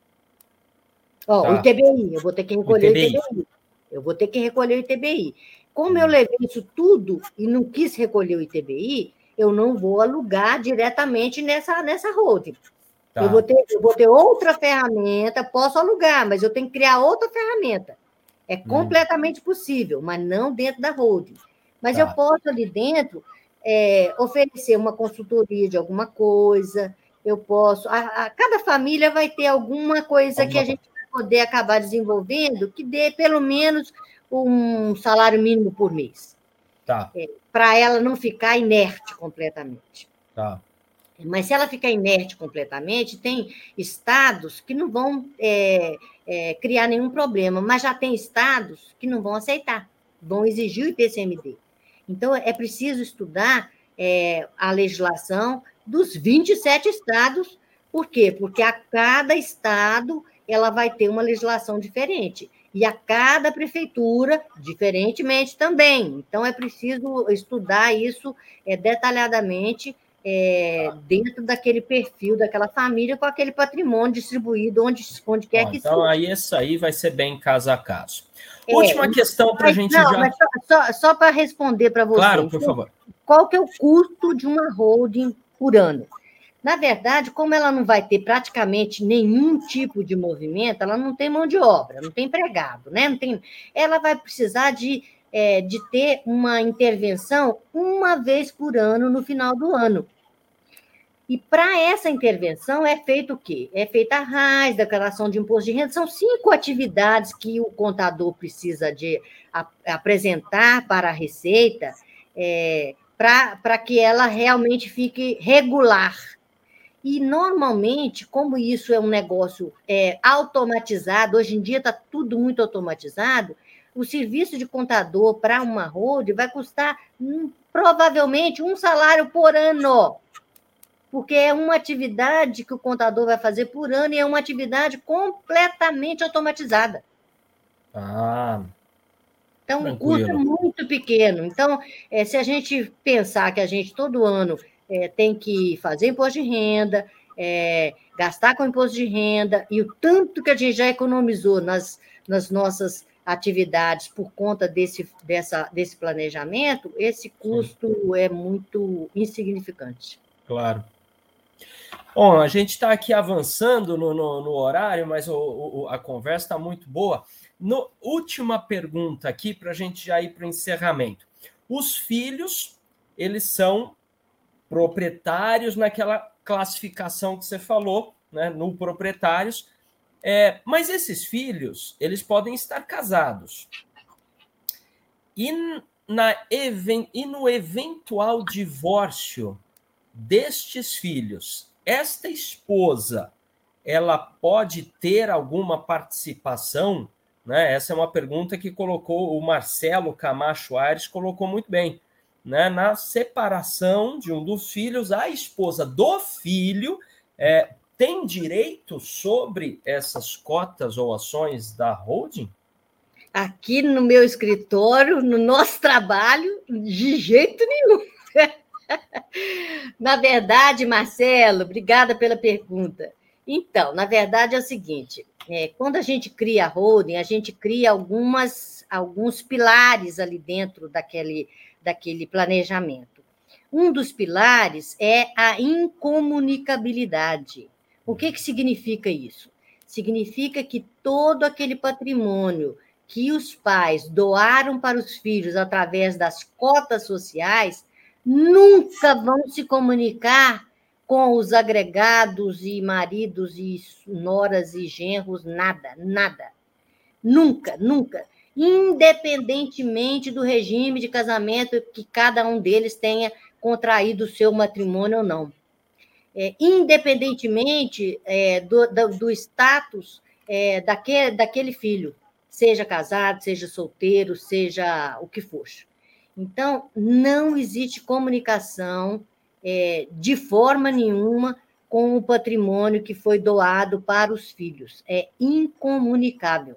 Ó, tá. O I T B I, eu vou ter que recolher o I T B I. O I T B I. Eu vou ter que recolher o I T B I. Como hum. eu levei isso tudo e não quis recolher o I T B I, eu não vou alugar diretamente nessa, nessa holding. Tá. Eu, vou ter, eu vou ter outra ferramenta, posso alugar, mas eu tenho que criar outra ferramenta. É hum. completamente possível, mas não dentro da holding. Mas tá. eu posso, ali dentro, é, oferecer uma consultoria de alguma coisa, eu posso... A, a, cada família vai ter alguma coisa alguma que a gente vai poder acabar desenvolvendo que dê, pelo menos, um salário mínimo por mês. Tá. É, para ela não ficar inerte completamente. Tá. Mas se ela ficar inerte completamente, tem estados que não vão é, é, criar nenhum problema, mas já tem estados que não vão aceitar, vão exigir o I T C M D. Então, é preciso estudar é, a legislação dos vinte e sete estados. Por quê? Porque a cada estado ela vai ter uma legislação diferente. E a cada prefeitura, diferentemente também. Então, é preciso estudar isso é, detalhadamente é, dentro daquele perfil, daquela família, com aquele patrimônio distribuído onde, onde quer Bom, que então, seja. aí, isso aí vai ser bem caso a caso. É, Última questão para a gente não, já... Mas só, só, só para responder para você. Claro, por favor. Qual que é o custo de uma holding por ano? Na verdade, como ela não vai ter praticamente nenhum tipo de movimento, ela não tem mão de obra, não tem empregado, né? Não tem... Ela vai precisar de, é, de ter uma intervenção uma vez por ano no final do ano. E para essa intervenção é feito o quê? É feita a R A S, declaração de imposto de renda, são cinco atividades que o contador precisa de a, apresentar para a Receita é, para que ela realmente fique regular. E, normalmente, como isso é um negócio é, automatizado, hoje em dia está tudo muito automatizado, o serviço de contador para uma holding vai custar hum, provavelmente um salário por ano, porque é uma atividade que o contador vai fazer por ano e é uma atividade completamente automatizada. Ah, então, tranquilo. O custo é muito pequeno. Então, é, se a gente pensar que a gente, todo ano, É, tem que fazer imposto de renda, é, gastar com imposto de renda, e o tanto que a gente já economizou nas, nas nossas atividades por conta desse, dessa, desse planejamento, esse custo Sim. é muito insignificante. Claro. Bom, a gente está aqui avançando no, no, no horário, mas o, o, a conversa está muito boa. No, última pergunta aqui, para a gente já ir para o encerramento. Os filhos, eles são proprietários naquela classificação que você falou, né, no proprietários, é, mas esses filhos, eles podem estar casados. E, na, e no eventual divórcio destes filhos, esta esposa, ela pode ter alguma participação, né? Essa é uma pergunta que colocou o Marcelo Camacho Aires, colocou muito bem, né? Na separação de um dos filhos, a esposa do filho é, tem direito sobre essas cotas ou ações da holding? Aqui no meu escritório, no nosso trabalho, de jeito nenhum. Na verdade, Marcelo, obrigada pela pergunta. Então, na verdade é o seguinte, é, quando a gente cria a holding, a gente cria algumas, alguns pilares ali dentro daquele, daquele planejamento. Um dos pilares é a incomunicabilidade. O que, que significa isso? Significa que todo aquele patrimônio que os pais doaram para os filhos através das cotas sociais nunca vão se comunicar com os agregados e maridos e noras e genros, nada, nada. Nunca, nunca. Independentemente do regime de casamento que cada um deles tenha contraído o seu matrimônio ou não. É, independentemente é, do, do, do status é, daquele, daquele filho, seja casado, seja solteiro, seja o que for. Então, não existe comunicação é, de forma nenhuma com o patrimônio que foi doado para os filhos. É incomunicável.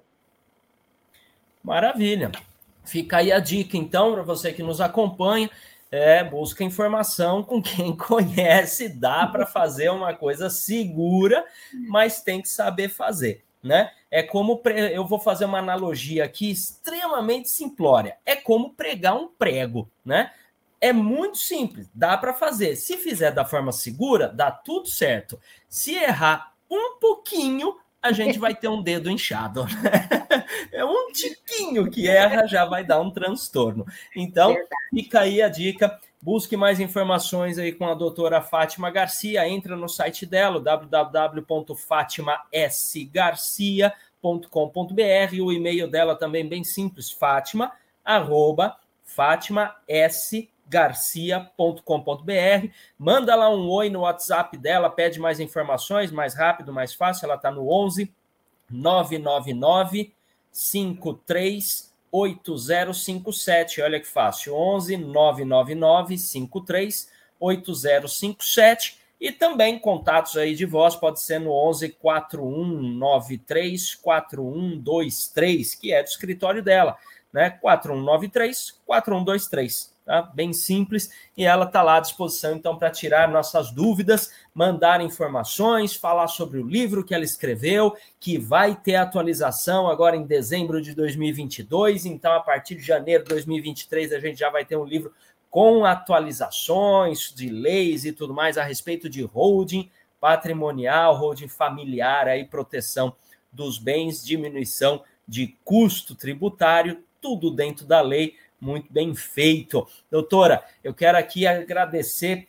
Maravilha. Fica aí a dica, então, para você que nos acompanha. É, busca informação com quem conhece, dá para fazer uma coisa segura, mas tem que saber fazer, né? É como, eu vou fazer uma analogia aqui extremamente simplória, é como pregar um prego, né? É muito simples, dá para fazer. Se fizer da forma segura, dá tudo certo. Se errar um pouquinho, a gente vai ter um dedo inchado. É um tiquinho que erra, já vai dar um transtorno. Então, verdade. Fica aí a dica. Busque mais informações aí com a doutora Fátima Garcia. Entra no site dela, w w w ponto fatima s garcia ponto com ponto b r. O e-mail dela também bem simples, fatima, arroba, fatima s garcia ponto com ponto b r. Manda lá um oi no WhatsApp dela, pede mais informações, mais rápido, mais fácil. Ela está no onze nove nove nove cinco três oito zero cinco sete. Olha que fácil, onze nove nove nove cinco três oito zero cinco sete. E também contatos aí de voz, pode ser no onze quatro um nove três quatro um dois três, que é do escritório dela, né? quatro um nove três quatro um dois três. Tá? Bem simples, e ela está lá à disposição, então, para tirar nossas dúvidas, mandar informações, falar sobre o livro que ela escreveu, que vai ter atualização agora em dezembro de dois mil e vinte e dois, então, a partir de janeiro de dois mil e vinte e três, a gente já vai ter um livro com atualizações de leis e tudo mais a respeito de holding patrimonial, holding familiar, aí, proteção dos bens, diminuição de custo tributário, tudo dentro da lei. Muito bem feito. Doutora, eu quero aqui agradecer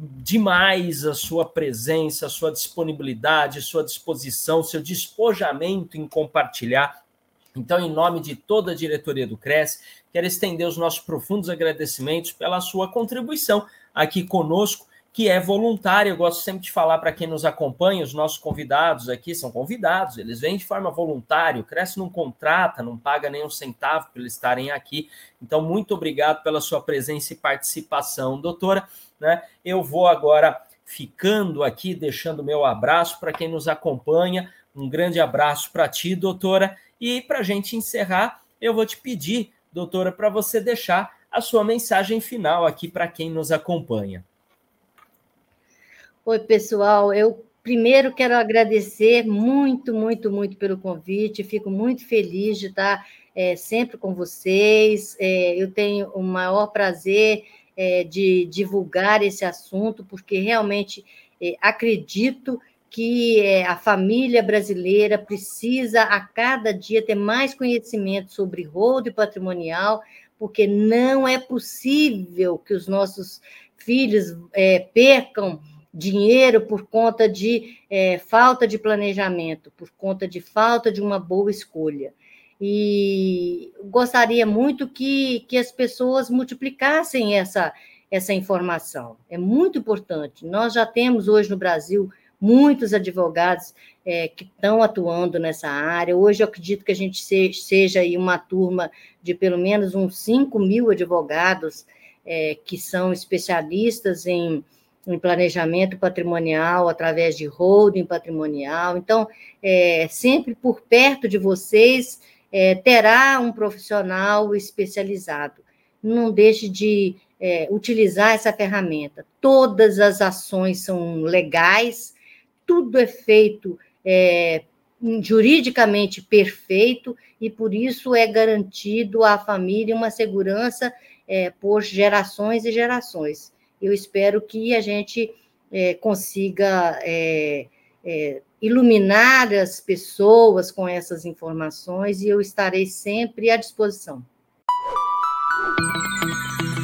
demais a sua presença, a sua disponibilidade, a sua disposição, seu despojamento em compartilhar. Então, em nome de toda a diretoria do Cresce, quero estender os nossos profundos agradecimentos pela sua contribuição aqui conosco, que é voluntária. Eu gosto sempre de falar para quem nos acompanha, os nossos convidados aqui são convidados, eles vêm de forma voluntária, o Cresce não contrata, não paga nenhum centavo por eles estarem aqui. Então, muito obrigado pela sua presença e participação, doutora. Né? Eu vou agora ficando aqui, deixando meu abraço para quem nos acompanha. Um grande abraço para ti, doutora. E para a gente encerrar, eu vou te pedir, doutora, para você deixar a sua mensagem final aqui para quem nos acompanha. Oi, pessoal. Eu primeiro quero agradecer muito, muito, muito pelo convite. Fico muito feliz de estar é, sempre com vocês. É, eu tenho o maior prazer é, de divulgar esse assunto, porque realmente é, acredito que é, a família brasileira precisa, a cada dia, ter mais conhecimento sobre rodo patrimonial, porque não é possível que os nossos filhos é, percam dinheiro por conta de é, falta de planejamento, por conta de falta de uma boa escolha. E gostaria muito que, que as pessoas multiplicassem essa, essa informação. É muito importante. Nós já temos hoje no Brasil muitos advogados é, que estão atuando nessa área. Hoje eu acredito que a gente se, seja aí uma turma de pelo menos uns cinco mil advogados é, que são especialistas em, em planejamento patrimonial através de holding patrimonial. Então, é, sempre por perto de vocês é, terá um profissional especializado. Não deixe de é, utilizar essa ferramenta. Todas as ações são legais, tudo é feito é, juridicamente perfeito e, por isso, é garantido à família uma segurança é, por gerações e gerações. Eu espero que a gente é, consiga é, é, iluminar as pessoas com essas informações e eu estarei sempre à disposição.